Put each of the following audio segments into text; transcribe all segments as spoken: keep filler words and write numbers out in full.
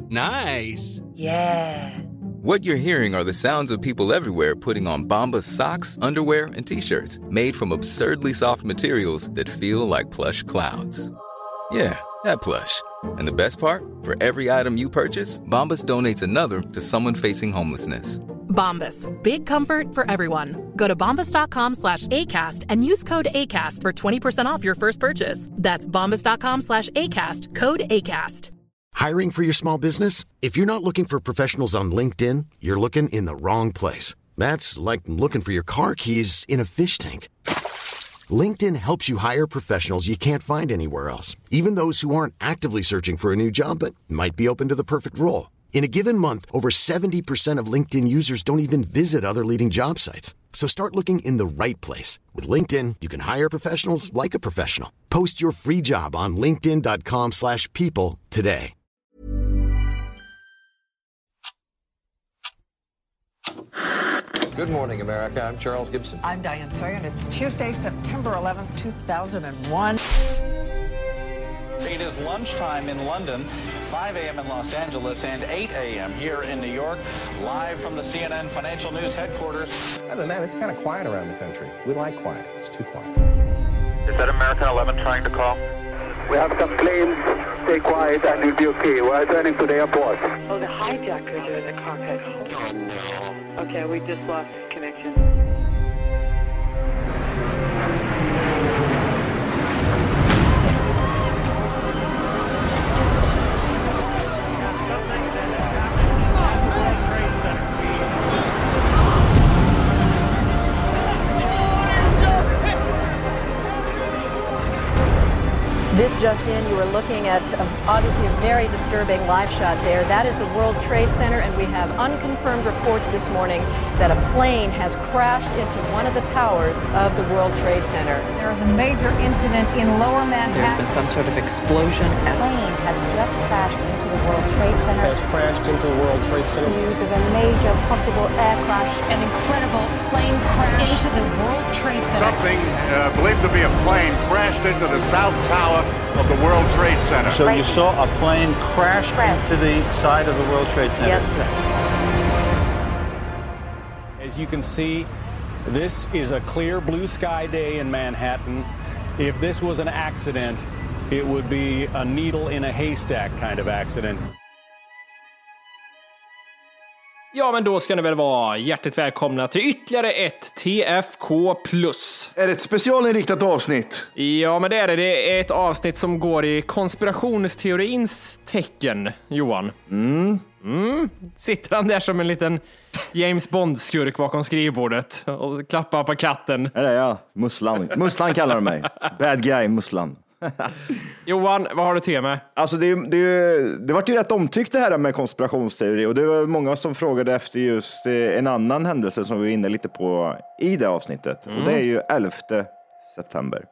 Nice. Yeah. What you're hearing are the sounds of people everywhere putting on Bombas socks, underwear, and T-shirts made from absurdly soft materials that feel like plush clouds. Yeah, that plush. And the best part? For every item you purchase, Bombas donates another to someone facing homelessness. Bombas. Big comfort for everyone. Go to bombas.com slash ACAST and use code ACAST for twenty percent off your first purchase. That's bombas.com slash ACAST. Code ACAST. Hiring for your small business? If you're not looking for professionals on LinkedIn, you're looking in the wrong place. That's like looking for your car keys in a fish tank. LinkedIn helps you hire professionals you can't find anywhere else, even those who aren't actively searching for a new job but might be open to the perfect role. In a given month, over seventy percent of LinkedIn users don't even visit other leading job sites. So start looking in the right place. With LinkedIn, you can hire professionals like a professional. Post your free job on linkedin.com slash people today. Good morning, America. I'm Charles Gibson. I'm Diane Sawyer, and it's Tuesday, September eleventh, two thousand one. It is lunchtime in London, five a.m. in Los Angeles, and eight a.m. here in New York, live from the C N N Financial News headquarters. Other than that, it's kind of quiet around the country. We like quiet. It's too quiet. Is that American eleven trying to call? We have some planes. Stay quiet and you'll be okay. We're returning to the airport. Oh, the hijackers are in the cockpit. Oh, no. Okay, we just lost connection. This just in, you are looking at um, obviously a very disturbing live shot there. That is the World Trade Center, and we have unconfirmed reports this morning that a plane has crashed into one of the towers of the World Trade Center. There is a major incident in Lower Manhattan. There's been some sort of explosion. A plane has just crashed into the World Trade Center. Has crashed into the World Trade Center. News of a major possible air crash. An incredible plane crash into the World Trade Center. Something uh, believed to be a plane crashed into the South Tower of the World Trade Center. So right. You saw a plane crash right. into the side of the World Trade Center? Yes. As you can see, this is a clear blue sky day in Manhattan. If this was an accident, it would be a needle in a haystack kind of accident. Ja, men då ska ni väl vara hjärtligt välkomna till ytterligare ett T F K plus. Är det ett specialinriktat avsnitt? Ja, men det är det. Det är ett avsnitt som går i konspirationsteorins tecken, Johan. Mm. Mm. Sitter han där som en liten James Bond-skurk bakom skrivbordet och klappar på katten. Det är det, ja. Musslan. Musslan kallar de mig. Bad guy, Musslan. Johan, vad har du till med? Alltså det, det, det var ju rätt omtyckt det här med konspirationsteori, och det var många som frågade efter just en annan händelse som vi var inne lite på i det avsnittet. Mm. Och det är ju elfte september.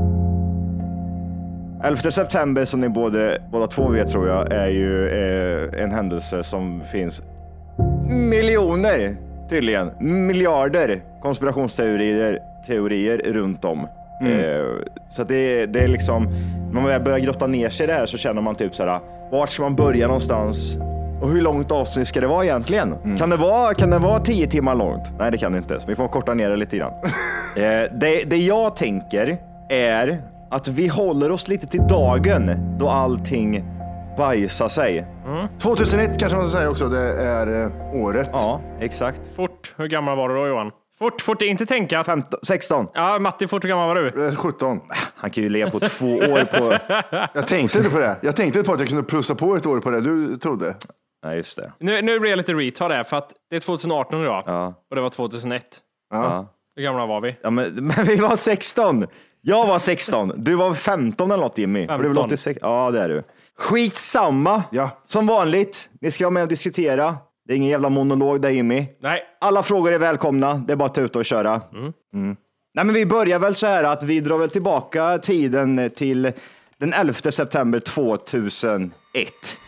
elfte september, som ni både, båda två vet tror jag, är ju eh, en händelse som finns miljoner, tydligen miljarder konspirationsteorier teorier runt om. Mm. Eh, så det, det är liksom, när man börjar grotta ner sig i det här så känner man typ såhär, vart ska man börja någonstans? Och hur långt avsnitt ska det vara egentligen? Mm. Kan det vara, kan det vara tio timmar långt? Nej, det kan det inte, så vi får korta ner det lite grann. eh, det, det jag tänker är att vi håller oss lite till dagen då allting bajsar sig. Mm. tjugohundraett kanske man ska säga också, det är eh, året. Ja, exakt. Fort, hur gammal var du då, Johan? Fort, fort, inte tänka. femton, sexton. Ja, Matti, fort, hur gammal var du? sjutton. Han kan ju leva på två år på... Jag tänkte inte på det. Jag tänkte på att jag kunde plussa på ett år på det du trodde. Ja, just det. Nu, nu blir jag lite retard där, för att det är tjugoarton idag. Ja. Och det var tjugohundraett. Ja. Hur gamla var vi? Ja, men, men vi var sexton. Jag var sexton. Du var femton eller något, Jimmy. femton. För du var åttiosex. Ja, det är du. Skitsamma. Ja. Som vanligt. Ni ska vara med och diskutera. Det är ingen jävla monolog där, Jimmy. Nej. Alla frågor är välkomna. Det är bara att ta ut och köra. Mm. Mm. Nej, men vi börjar väl så här att vi drar väl tillbaka tiden till den elfte september tvåtusenett.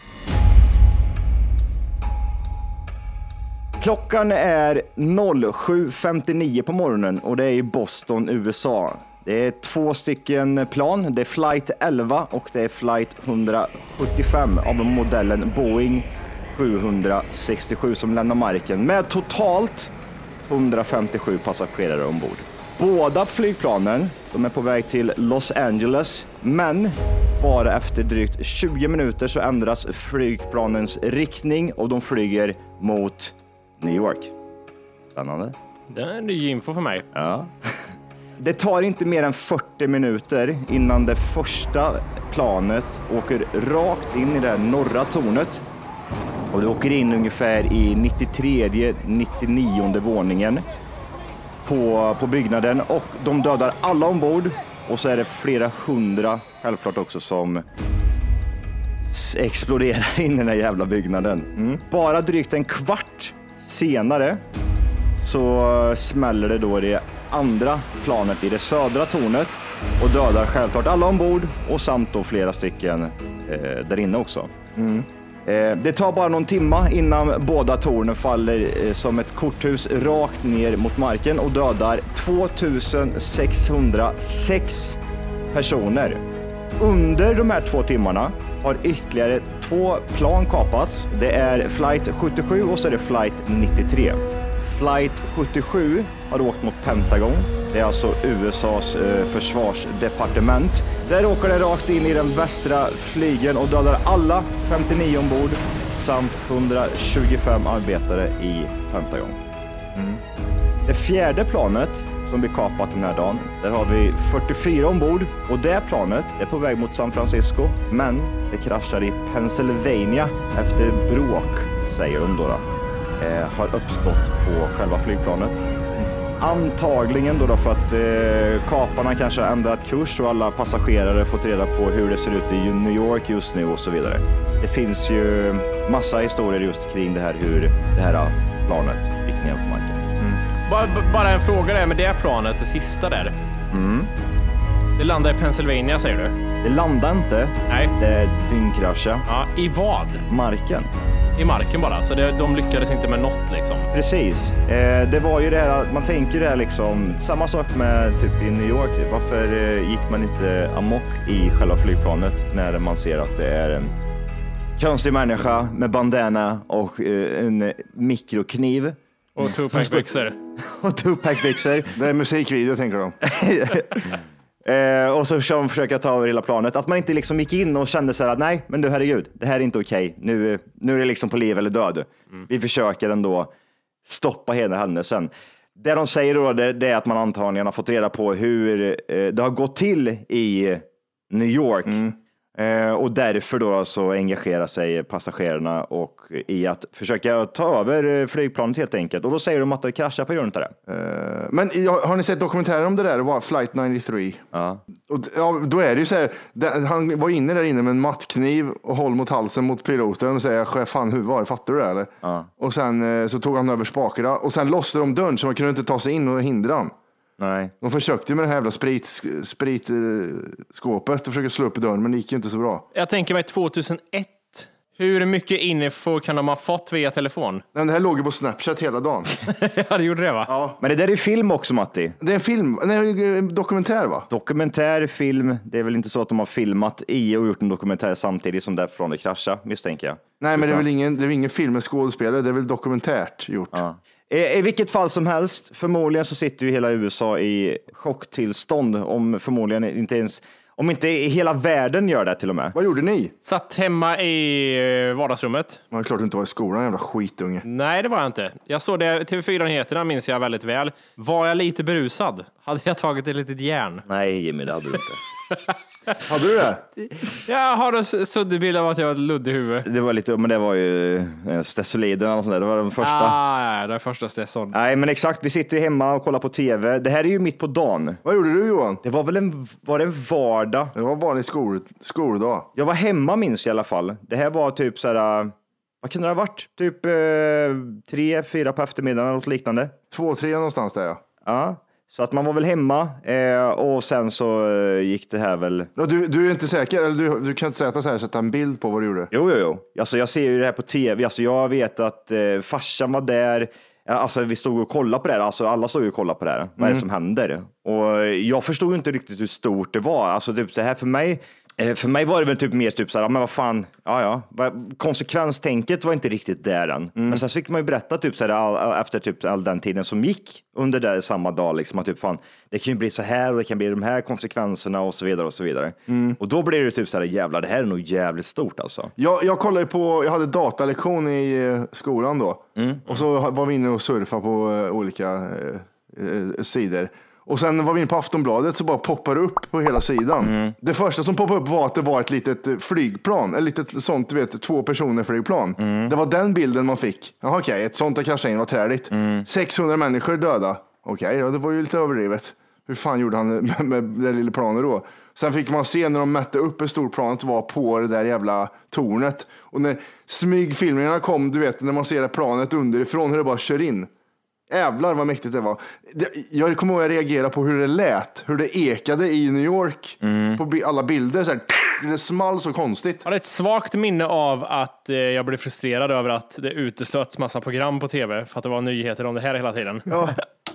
Klockan är sju femtionio på morgonen och det är i Boston, U S A. Det är två stycken plan. Det är flight elva och det är flight hundrasjuttiofem av modellen Boeing sjuhundrasextiosju som lämnar marken med totalt hundrafemtiosju passagerare ombord. Båda flygplanen de är på väg till Los Angeles, men bara efter drygt tjugo minuter så ändras flygplanens riktning och de flyger mot New York. Spännande. Det är ny info för mig. Ja. Det tar inte mer än fyrtio minuter innan det första planet åker rakt in i det här norra tornet. Och det åker in ungefär i nittiotredje nittionionde våningen på, på byggnaden. Och de dödar alla ombord. Och så är det flera hundra, självklart också, som exploderar in i den här jävla byggnaden. Mm. Bara drygt en kvart senare så smäller det då det andra planet i det södra tornet och dödar självklart alla ombord och samt då flera stycken eh, där inne också. Mm. Eh, det tar bara någon timma innan båda tornen faller eh, som ett korthus rakt ner mot marken och dödar tvåtusensexhundrasex personer. Under de här två timmarna har ytterligare två plan kapats. Det är flight sjuttiosju och så är det flight nittiotre. Flight sjuttiosju har åkt mot Pentagon. Det är alltså U S A:s eh, försvarsdepartement. Där åker det rakt in i den västra flygeln och dödar alla femtionio ombord samt hundratjugofem arbetare i Pentagon. Mm. Det fjärde planet som blir kapat den här dagen, där har vi fyrtiofyra ombord och det planet är på väg mot San Francisco, men det kraschar i Pennsylvania efter bråk, säger de då. då. Eh, har uppstått på själva flygplanet. Antagligen då, då för att eh, kaparna kanske har ändrat kurs och alla passagerare fått reda på hur det ser ut i New York just nu och så vidare. Det finns ju massa historier just kring det här, hur det här planet gick ner på marken. Mm. Bara, bara en fråga där med det planet, det sista där. Mm. Det landar i Pennsylvania, säger du? Det landar inte. Nej. Det dyngkraschade. Ja, i vad? Marken. I marken bara, så det, de lyckades inte med något liksom. Precis. Eh, det var ju det här, man tänker det här liksom, samma sak med typ i New York. Varför eh, gick man inte amok i själva flygplanet när man ser att det är en konstig människa med bandana och eh, en mikrokniv. Och two-pack-byxor. och two-pack-byxor. Det är musikvideo, tänker de. Eh, och så de försöka ta över hela planet. Att man inte liksom gick in och kände så här att nej, men du herregud, det här är inte okej. Nu, nu är det liksom på liv eller död. Mm. Vi försöker ändå stoppa hela händelsen. Det de säger då, det, det är att man antagligen har fått reda på hur eh, det har gått till i New York. Mm. Eh, och därför då så engagerar sig passagerarna och i att försöka ta över flygplanet helt enkelt. Och då säger de att det kraschar på grund av det. Uh, men har ni sett dokumentärer om det där? Det var Flight nittiotre. Ja. Och, ja, då är det ju så här, det, han var inne där inne med en mattkniv och håll mot halsen mot piloten och säger, chef, fan hur var det? Fattar du det eller? Ja. Och sen uh, så tog han över spakarna och sen lossade de dörren så man kunde inte ta sig in och hindra han. Nej. De försökte med det här jävla sprit, spritskåpet och försöka slå upp i dörren, men det gick ju inte så bra. Jag tänker mig tjugohundraett. Hur mycket info kan de ha fått via telefon? Nej, det här låg ju på Snapchat hela dagen. Ja, det gjorde det va? Ja. Men det där är film också, Matti. Det är en film, nej, en dokumentär va? Dokumentär, film. Det är väl inte så att de har filmat i och gjort en dokumentär samtidigt som därifrån det kraschar, misstänker jag. Nej, men det är väl ingen, det är ingen film med skådespelare, det är väl dokumentärt gjort. Ja. I vilket fall som helst, förmodligen så sitter ju hela U S A i chocktillstånd om förmodligen inte ens, om inte hela världen gör det till och med. Vad gjorde ni? Satt hemma i vardagsrummet. Man är klart du inte var i skolan, jävla skitunge. Nej, det var jag inte. Jag såg det, T V fyra-nyheterna minns jag väldigt väl. Var jag lite berusad? Hade jag tagit ett litet järn? Nej, Jimmy, det hade du inte. Hade du det? Jag har en suddig bild av att jag var ett ludd i huvudet. Det var lite, men det var ju Stesoliden och sånt där. Det var den första. Ah, ja, den första Stesson. Nej, men exakt. Vi sitter ju hemma och kollar på tv. Det här är ju mitt på dagen. Vad gjorde du, Johan? Det var väl en, var det en vardag. Det var vanlig skol, skoldag. Jag var hemma, minns jag i alla fall. Det här var typ så här, vad kunde det ha varit? Typ eh, tre, fyra på eftermiddagen eller något liknande. Två, tre någonstans där, ja. Ja. Så att man var väl hemma eh, och sen så eh, gick det här väl... Ja, du, du är inte säker? Eller du, du kan inte sätta så här, sätta en bild på vad du gjorde? Jo, jo, jo. Alltså, jag ser ju det här på tv. Alltså, jag vet att eh, farsan var där. Alltså, vi stod och kollade på det här. Alltså, alla stod och kollade på det här. Mm. Vad är det som händer? Och jag förstod inte riktigt hur stort det var. Alltså typ så här för mig, för mig var det väl typ mer typ så här, men vad fan, ja ja, konsekvenstänket var inte riktigt där än. Mm. Men sen fick man ju berätta typ så här all, efter typ all den tiden som gick under det samma dag liksom att typ fan, det kan ju bli så här och det kan bli de här konsekvenserna och så vidare och så vidare. Mm. Och då blir det typ så här, jävlar, det här är nog jävligt stort alltså. Jag, jag kollade på, jag hade datalektion i skolan då. Mm. Och så var vi inne och surfade på uh, olika uh, sidor. Och sen var vi inne på Aftonbladet så bara poppar det upp på hela sidan. Mm. Det första som poppade upp var att det var ett litet flygplan. Ett litet sånt, du vet, två personer flygplan. Mm. Det var den bilden man fick. Jaha, okej, okay, ett sånt har kraschat in, var träligt. Mm. sexhundra människor döda. Okej, okay, ja, det var ju lite överdrivet. Hur fan gjorde han med, med det lilla planet då? Sen fick man se när de mätte upp hur stort planet var på det där jävla tornet. Och när smygfilmerna kom, du vet, när man ser det planet underifrån, hur det bara kör in. Jävlar vad mäktigt det var. Jag kommer ihåg att jag reagerade på hur det lät, hur det ekade i New York mm. på alla bilder så här, det small så konstigt. Jag har ett svagt minne av att eh, jag blev frustrerad över att det uteslöts massa program på tv för att det var nyheter om det här hela tiden. Ja.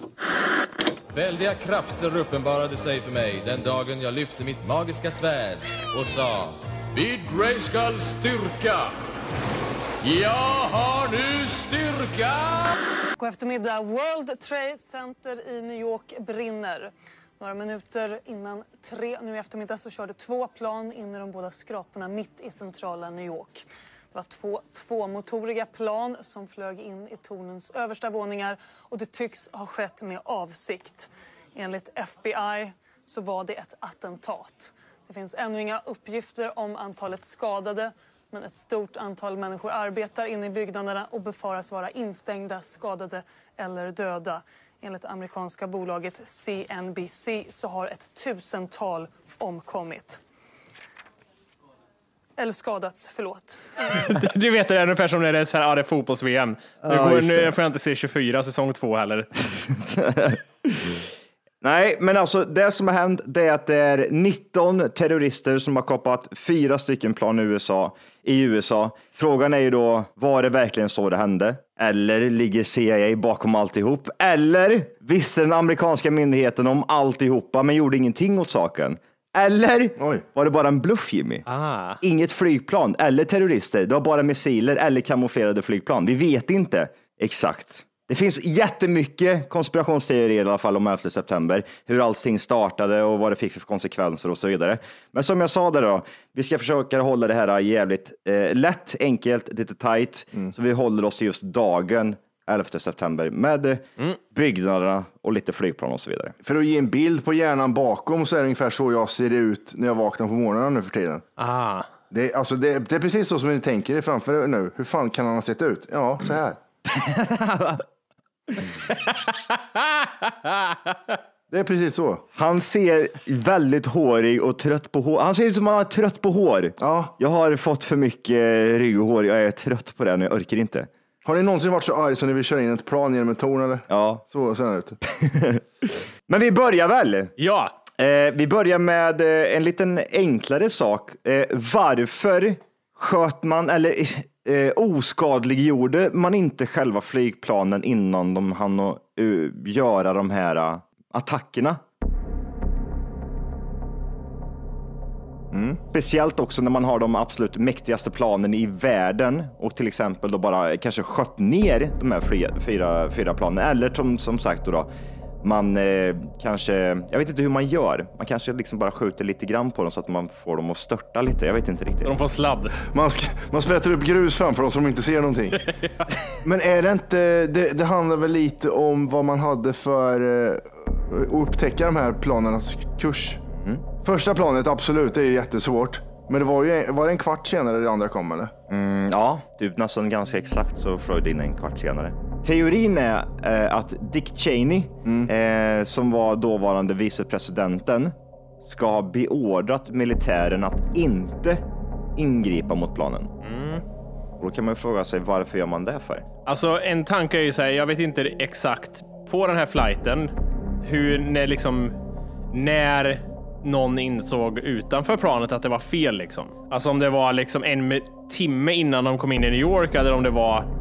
Väldiga krafter uppenbarade sig för mig den dagen jag lyfte mitt magiska svärd och sa: vid Grayskulls styrka. Jag har nu styrka! God eftermiddag. World Trade Center i New York brinner. Några minuter innan tre nu i eftermiddag så körde två plan in i de båda skraporna mitt i centrala New York. Det var två tvåmotoriga plan som flög in i tornens översta våningar och det tycks ha skett med avsikt. Enligt F B I så var det ett attentat. Det finns ännu inga uppgifter om antalet skadade. Men ett stort antal människor arbetar inne i byggnaderna och befaras vara instängda, skadade eller döda. Enligt amerikanska bolaget C N B C så har ett tusental omkommit. Eller skadats, förlåt. Du vet det är ungefär som när det är så här, ja, det är fotbolls-V M. Nu, ja, går, nu får jag inte se tjugofyra, säsong två heller. Nej, men alltså det som har hänt det är att det är nitton terrorister som har kapat fyra stycken plan i U S A. I U S A. Frågan är ju då, var det verkligen så det hände? Eller ligger C I A bakom alltihop? Eller visste den amerikanska myndigheten om alltihopa men gjorde ingenting åt saken? Eller Oj. var det bara en bluff, Jimmy? Ah. Inget flygplan eller terrorister. Det var bara missiler eller kamouflerade flygplan. Vi vet inte exakt. Det finns jättemycket konspirationsteorier i alla fall om elfte september. Hur allting startade och vad det fick för konsekvenser och så vidare. Men som jag sa där då, vi ska försöka hålla det här jävligt eh, lätt, enkelt, lite tight. Mm. Så vi håller oss just dagen elfte september med mm. byggnaderna och lite flygplan och så vidare. För att ge en bild på hjärnan bakom så är det ungefär så jag ser ut när jag vaknar på morgonen nu för tiden. Ah. Det, alltså det, det är precis så som ni tänker er framför er nu. Hur fan kan han ha sett ut? Ja, så här. Det är precis så. Han ser väldigt hårig och trött på hår. Han ser ut som han är trött på hår. Ja. Jag har fått för mycket rygg och hår. Jag är trött på det nu. Jag orkar inte. Har ni någonsin varit så arg så ni vill köra in ett plan genom ett torn eller? Ja. Så ser det ut. Men vi börjar väl? Ja. Eh, vi börjar med eh, en liten enklare sak. Eh, varför sköt man eller eh, oskadliggjorde man inte själva flygplanen innan de hann att uh, göra de här uh, attackerna? Mm. Speciellt också när man har de absolut mäktigaste planen i världen och till exempel då bara kanske sköt ner de här fyra, fyra, fyra planen eller som, som sagt då, då man eh, kanske, jag vet inte hur man gör. Man kanske liksom bara skjuter lite grann på dem så att man får dem att störta lite. Jag vet inte riktigt. De får sladd. Man, man sprätter upp grus framför dem som inte ser någonting. Ja. Men är det inte, det, det handlar väl lite om vad man hade för uh, att upptäcka de här planernas kurs. Mm. Första planet, absolut, det är ju jättesvårt. Men det var ju var det en kvart senare det andra kom, eller? Mm, ja, typ nästan ganska exakt så flög det in en kvart senare. Teorin är eh, att Dick Cheney, mm. eh, som var dåvarande vicepresidenten, ska ha beordrat militären att inte ingripa mot planen. Mm. Och då kan man fråga sig, varför gör man det för? Alltså, en tanke är ju så här, jag vet inte exakt på den här flighten, hur, när liksom, när någon insåg utanför planet att det var fel liksom. Alltså om det var liksom en timme innan de kom in i New York eller om det var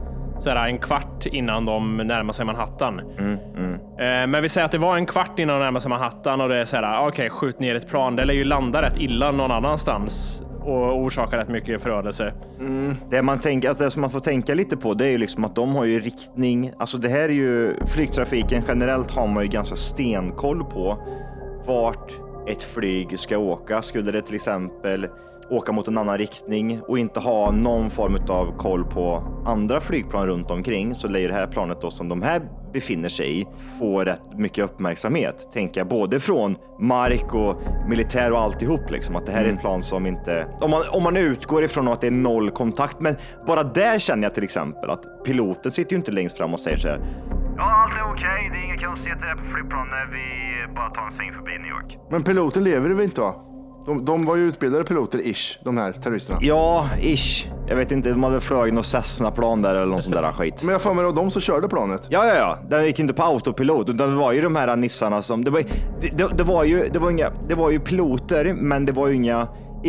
så är det en kvart innan de närmar sig Manhattan. Mm, mm. Eh, men vi säger att det var en kvart innan de närmar sig Manhattan och det är så här, okej, okay, skjut ner ett plan. Det lär ju landa rätt illa någon annanstans och orsaka rätt mycket förödelse. Mm. Det man tänker, alltså det som man får tänka lite på, det är ju liksom att de har ju riktning. Alltså det här är ju flygtrafiken generellt, har man ju ganska stenkoll på vart ett flyg ska åka. Skulle det till exempel åka mot en annan riktning och inte ha någon form av koll på andra flygplan runt omkring, så lär det här planet då som de här befinner sig i få rätt mycket uppmärksamhet, tänker jag, både från mark och militär och alltihop liksom, att det här mm. är ett plan som inte, om man, om man utgår ifrån att det är noll kontakt, men bara där känner jag till exempel att piloten sitter ju inte längst fram och säger så här: ja, allt är okej, okay. Det är inga konstigheter här på flygplanet, vi bara tar en sväng förbi New York. Men piloten lever det väl inte, va? De, de var ju utbildade piloter, ish, de här terroristerna. Ja, ish. Jag vet inte, de hade flög något Cessna-plan där eller någon sån där skit. Men jag får med av de som körde planet. Ja, ja, ja. Den gick inte på autopilot. Utan det var ju de här nissarna som... Det var, det, det, det var ju, det var inga, det var ju piloter, men det var ju inga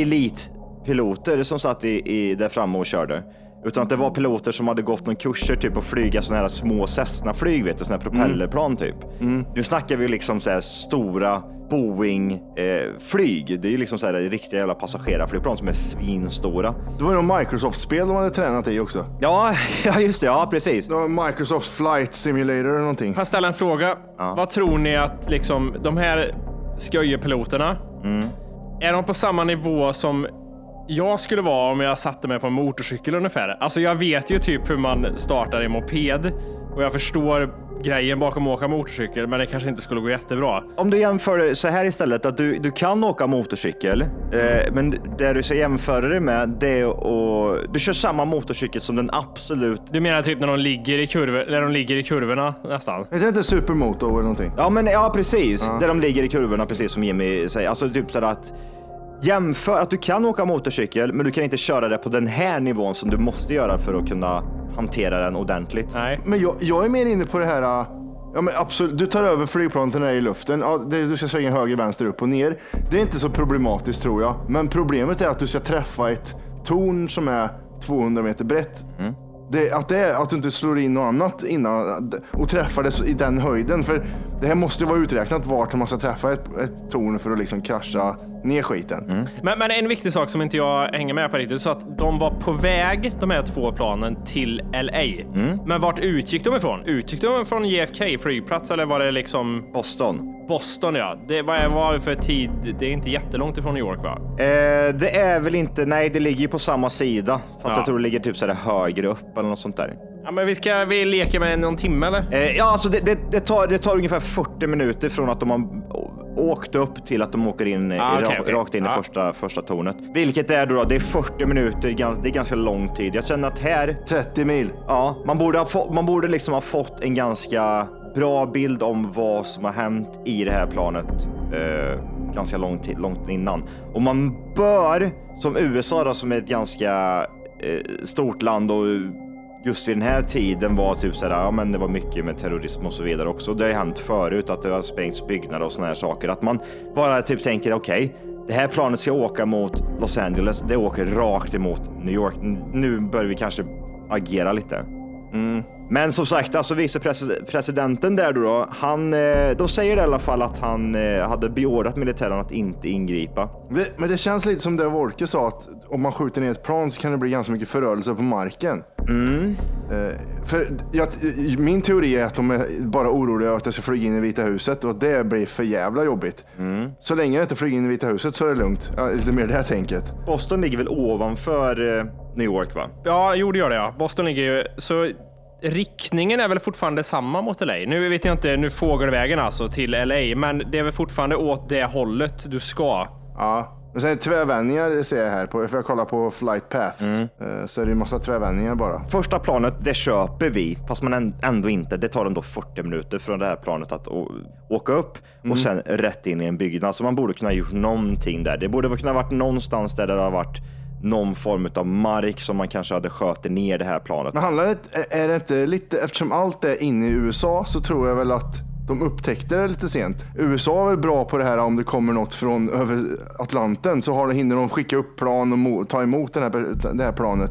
elitpiloter som satt i, i där framme och körde. Utan att det var piloter som hade gått någon kurser typ att flyga såna här små Cessna-flyg, vet du, såna här propellerplan typ. Mm. Nu snackar vi liksom så här stora Boeing-flyg. Eh, det är ju liksom så här riktiga jävla passagerarflygplan som är svinstora. Det var ju någon Microsoft-spel de hade tränat i också. Ja, ja just det, ja precis. Det var Microsoft Flight Simulator eller någonting. Får jag ställa en fråga? Ja. Vad tror ni att liksom de här sköjepiloterna, mm. är de på samma nivå som jag skulle vara om jag satte mig på en motorcykel ungefär? Alltså jag vet ju typ hur man startar en moped och jag förstår grejen bakom att åka motorcykel, men det kanske inte skulle gå jättebra. Om du jämför så här istället, att du, du kan åka motorcykel, eh, men det du ska jämföra det med, det är att du kör samma motorcykel som den absolut... Du menar typ när de ligger i kurvor, när de ligger i kurvorna nästan? Är det inte supermotor eller någonting? Ja, men ja, precis. Ja. Där de ligger i kurvorna, precis som Jimmy säger. Alltså typ så att jämför att du kan åka motorcykel, men du kan inte köra det på den här nivån som du måste göra för att kunna hantera den ordentligt. Nej. Men jag, jag är mer inne på det här. Ja, men absolut, du tar över flygplanet när det är i luften. Ja, det, du ska svänga höger, vänster, upp och ner. Det är inte så problematiskt, tror jag. Men problemet är att du ska träffa ett torn som är tvåhundra meter brett. Mm. Det, att, det är, att du inte slår in något annat innan och träffar det i den höjden. För det här måste vara uträknat vart man ska träffa ett, ett torn för att liksom krascha ner skiten. Mm. Men, men en viktig sak som inte jag hänger med på riktigt, så att de var på väg, de här två planen, till L A. Mm. Men vart utgick de ifrån? Utgick de från J F K flygplats eller var det liksom... Boston. Boston, ja. Det var, var för tid, det är inte jättelångt ifrån New York, va? Eh, det är väl inte, nej det ligger ju på samma sida. Fast ja. Jag tror det ligger typ så här högre upp eller något sånt där. Ja, men vi ska vi leka med någon timme eller? Eh, ja, alltså det, det, det, tar, det tar ungefär fyrtio minuter från att de har åkt upp till att de åker in ah, i, okay, okay. rakt in ah. i första, första tornet. Vilket är då, det är fyrtio minuter, det är ganska lång tid. Jag känner att här... trettio mil. Ja, man borde, ha få, man borde liksom ha fått en ganska bra bild om vad som har hänt i det här planet eh, ganska lång tid, långt innan. Och man bör, som U S A då, som är ett ganska eh, stort land och just vid den här tiden var typ sådär, ja men det var mycket med terrorism och så vidare också. Det har hänt förut att det har sprängts byggnader och såna här saker. Att man bara typ tänker, okej, okay, det här planet ska åka mot Los Angeles, det åker rakt emot New York. Nu bör vi kanske agera lite. Mm. Men som sagt, alltså vicepresidenten där då, han, de säger i alla fall att han hade beordrat militären att inte ingripa. Det, men det känns lite som det Wolke sa, att om man skjuter ner ett plan så kan det bli ganska mycket förödelse på marken. Mm. Eh, för jag, min teori är att de är bara oroliga över att det ska flyga in i Vita huset och att det blir för jävla jobbigt. Mm. Så länge det inte flyger in i Vita huset så är det lugnt. Ja, lite mer det här tänket. Boston ligger väl ovanför eh, New York, va? Ja, jo det gör det, ja. Boston ligger ju... Så riktningen är väl fortfarande samma mot L A. Nu vet jag inte, nu fågelvägen alltså till L A, men det är väl fortfarande åt det hållet du ska. Ja. Men sen tvärvändningar ser jag här på, för jag kollar på Flight Paths, mm. så är det en massa tvärvändningar bara. Första planet, det köper vi, fast man ändå inte. Det tar ändå fyrtio minuter från det här planet att å- åka upp mm. och sen rätt in i en byggnad. Så man borde kunna ha gjort någonting där. Det borde kunna ha varit någonstans där det har varit någon form av mark som man kanske hade sköter ner det här planet. Men handlar det, är det inte lite, eftersom allt är inne i U S A så tror jag väl att de upptäckte det lite sent. U S A är väl bra på det här, om det kommer något från över Atlanten så har det hinner de skicka upp plan och mo- ta emot den här, det här planet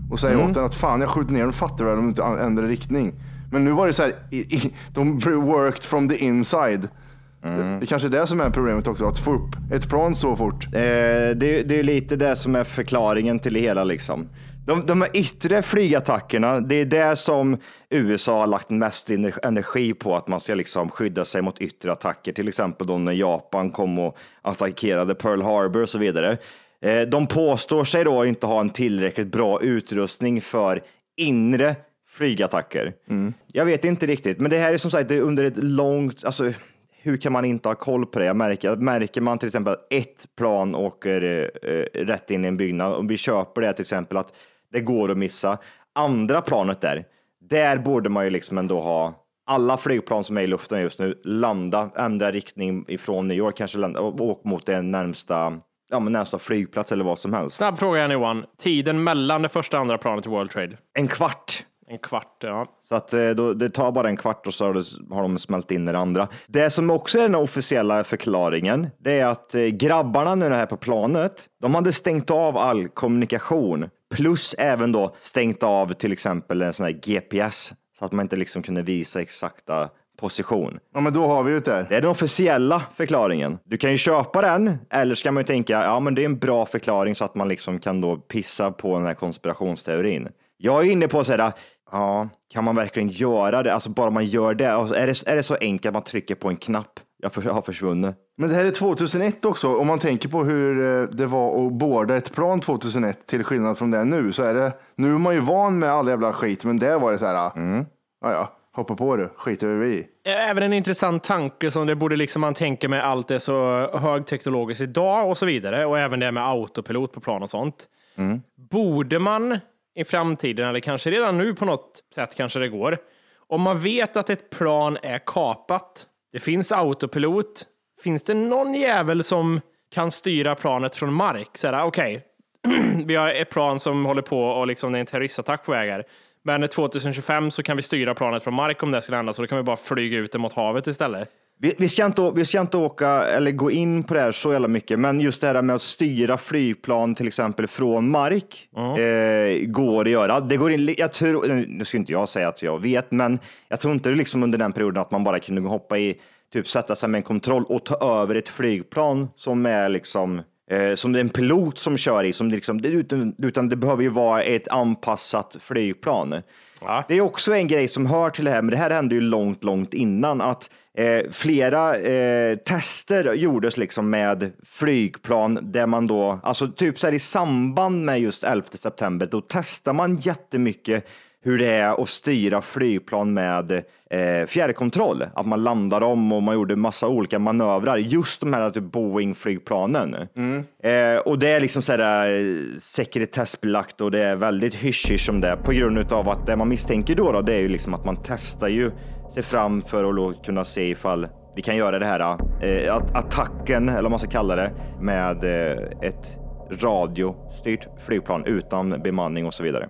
och säga Mm. åt den att fan, jag skjuter ner den och fattar väl om du inte ändrar riktning. Men nu var det så här, i, i, de worked from the inside. Mm. Det, det kanske är det som är problemet också, att få upp ett plan så fort. Eh, det, det är lite det som är förklaringen till det hela liksom. De, de här yttre flygattackerna, det är det som U S A har lagt mest energi på, att man ska liksom skydda sig mot yttre attacker. Till exempel då när Japan kom och attackerade Pearl Harbor och så vidare. Eh, de påstår sig då inte ha en tillräckligt bra utrustning för inre flygattacker. Mm. Jag vet inte riktigt, men det här är som sagt under ett långt, alltså hur kan man inte ha koll på det? Jag märker, märker man till exempel att ett plan åker eh, rätt in i en byggnad, och vi köper det till exempel att det går att missa. Andra planet där, där borde man ju liksom ändå ha alla flygplan som är i luften just nu, landa, ändra riktning ifrån New York, kanske landa och åka mot den närmsta, ja, men närmsta flygplats eller vad som helst. Snabb fråga Johan, tiden mellan det första och andra planet i World Trade? En kvart. En kvart, ja. Så att då, det tar bara en kvart och så har, det, har de smält in i det andra. Det som också är den officiella förklaringen, det är att grabbarna nu här på planet, de hade stängt av all kommunikation, plus även då stängt av till exempel en sån här G P S, så att man inte liksom kunde visa exakta position. Ja, men då har vi ju det där. Det är den officiella förklaringen. Du kan ju köpa den, eller ska man ju tänka, ja men det är en bra förklaring så att man liksom kan då pissa på den här konspirationsteorin. Jag är inne på sådär, ja, kan man verkligen göra det? Alltså bara man gör det, alltså är det, är det så enkelt att man trycker på en knapp? Jag för, har försvunnit. Men det här är tjugohundraett också, om man tänker på hur det var att borda ett plan tjugohundraett till skillnad från det nu, så är det, nu är man ju van med all jävla skit, men det var det så här, mm. ja ja, hoppa på det, skiter vi i. Även en intressant tanke som det borde liksom man tänker med allt det så högteknologiskt idag och så vidare, och även det med autopilot på plan och sånt. Mm. Borde man i framtiden, eller kanske redan nu på något sätt kanske det går, om man vet att ett plan är kapat, det finns autopilot, finns det någon jävel som kan styra planet från mark? Så här, okej, okay. Vi har ett plan som håller på och liksom det är en terroristattack på väg här. Men tjugohundratjugofem så kan vi styra planet från mark om det skulle hända, så då kan vi bara flyga ut det mot havet istället. Vi, vi, ska inte, vi ska inte åka eller gå in på det här så jävla mycket, men just det här med att styra flygplan till exempel från mark mm. eh, går att göra. Det går in, jag tror, nu ska inte jag säga att jag vet, men jag tror inte det liksom under den perioden att man bara kunde hoppa i, typ sätta sig med en kontroll och ta över ett flygplan som är liksom eh, som det är en pilot som kör i, som det liksom, utan, utan det behöver ju vara ett anpassat flygplan. Ja. Det är också en grej som hör till det här, men det här hände ju långt, långt innan att eh, flera eh, tester gjordes liksom med flygplan där man då, alltså typ så här i samband med just elfte september, då testar man jättemycket hur det är att styra flygplan med eh, fjärrkontroll. Att man landar om och man gjorde massa olika manövrar. Just de här typ Boeing-flygplanen. Mm. Eh, och det är liksom så här eh, sekretessbelagt och det är väldigt hysch om det. På grund av att det man misstänker då, då det är ju liksom att man testar ju sig fram för att kunna se ifall vi kan göra det här eh, att attacken, eller vad man ska kalla det, med eh, ett radiostyrt flygplan utan bemanning och så vidare.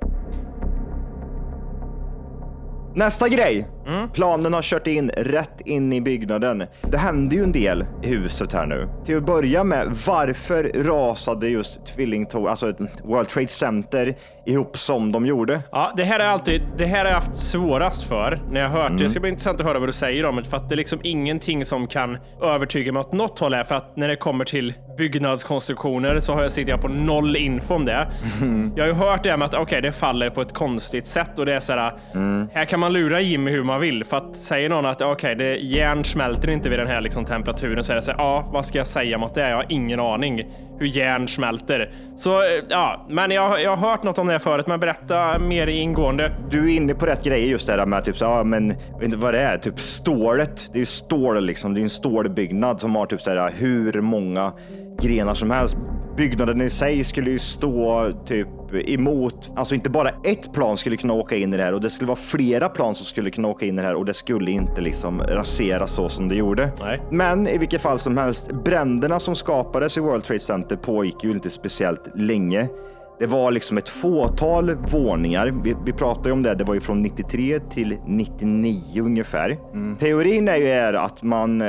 Nästa grej. Mm. Planen har kört in rätt in i byggnaden. Det hände ju en del i huset här nu. Till att börja med, varför rasade just tvillingtorn, alltså ett World Trade Center ihop som de gjorde? Ja, det här är alltid, det här har jag haft svårast för när jag har hört mm. det. Det ska bli intressant att höra vad du säger om det, för att det är liksom ingenting som kan övertyga mig åt något håll här, för att när det kommer till byggnadskonstruktioner så har jag sitter jag på noll info om det. Mm. Jag har ju hört det med att okej, okay, det faller på ett konstigt sätt och det är så här, mm. här kan man lura Jimmy hur man vill, för att säger någon att okej, okay, det järn smälter inte vid den här liksom temperaturen, så är det så här, ja, vad ska jag säga mot det? Jag har ingen aning hur järn smälter. Så ja, men jag, jag har hört något om det förut, men berätta mer ingående. Du är inne på rätt grej just det där med typ så, ja, men vet inte vad det är, typ stålet. Det är ju stål liksom, det är en stålbyggnad som har typ så här hur många grenar som helst. Byggnaden i sig skulle ju stå typ emot, alltså inte bara ett plan skulle kunna åka in i det här, och det skulle vara flera plan som skulle kunna åka in i det här, och det skulle inte liksom raseras så som det gjorde. Nej. Men i vilket fall som helst, bränderna som skapades i World Trade Center pågick ju inte speciellt länge. Det var liksom ett fåtal våningar. Vi, vi pratade ju om det, det var ju från nittiotre till nittionio ungefär. Mm. Teorin är ju är att man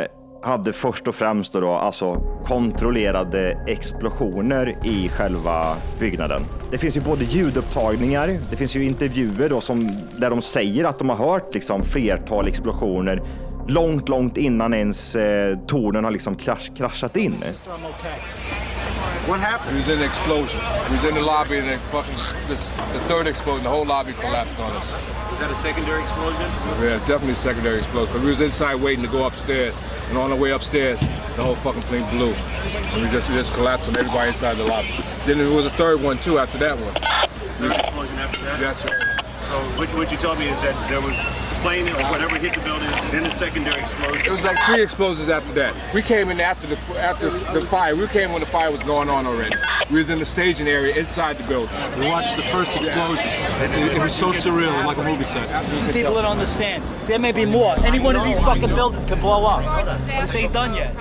hade först och främst då, då alltså kontrollerade explosioner i själva byggnaden. Det finns ju både ljudupptagningar, det finns ju intervjuer då som, där de säger att de har hört liksom flertal explosioner långt, långt innan ens eh, tornen har liksom krasch, kraschat in. What happened? We was in an explosion. We was in the lobby and the fucking this, the third explosion, the whole lobby collapsed on us. Was that a secondary explosion? Yeah, definitely a secondary explosion. But we was inside waiting to go upstairs, and on the way upstairs, the whole fucking thing blew. And we just we just collapsed on everybody inside the lobby. Then there was a third one too after that one. Third explosion after that? That's right. So what, what you told me is that there was plane or whatever hit the building, then a secondary explosion. It was like three explosions after that. We came in after the after the fire. We came when the fire was going on already. We was in the staging area inside the building. We watched the first explosion. It, it was so surreal, like a movie set. People don't understand. There may be more. Any one of these fucking buildings could blow up. This ain't done yet.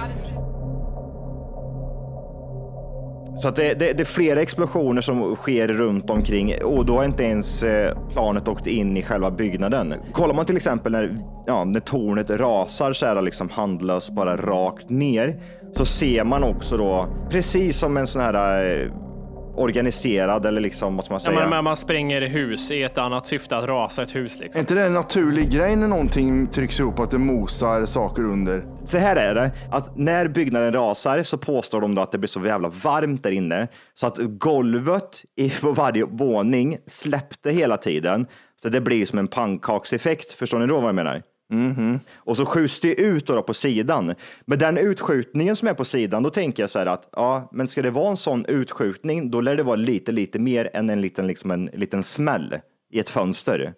Så att det, det, det är flera explosioner som sker runt omkring och då har inte ens planet åkt in i själva byggnaden. Kollar man till exempel när, ja, när tornet rasar så är det liksom handlöst bara rakt ner, så ser man också då precis som en sån här organiserad eller liksom, vad ska man säga? Ja, man, man spränger hus i ett annat syfte att rasa ett hus liksom. Är inte det en naturlig grej när någonting trycks ihop, att det mosar saker under? Så här är det, att när byggnaden rasar så påstår de då att det blir så jävla varmt där inne så att golvet i, på varje våning släppte hela tiden, så det blir som en pannkakseffekt. Förstår ni då vad jag menar? Mm-hmm. Och så skjuts det ut då på sidan. Men den utskjutningen som är på sidan, då tänker jag så här att ja, men ska det vara en sån utskjutning, då lär det vara lite lite mer än en liten, liksom en liten smäll i ett fönster.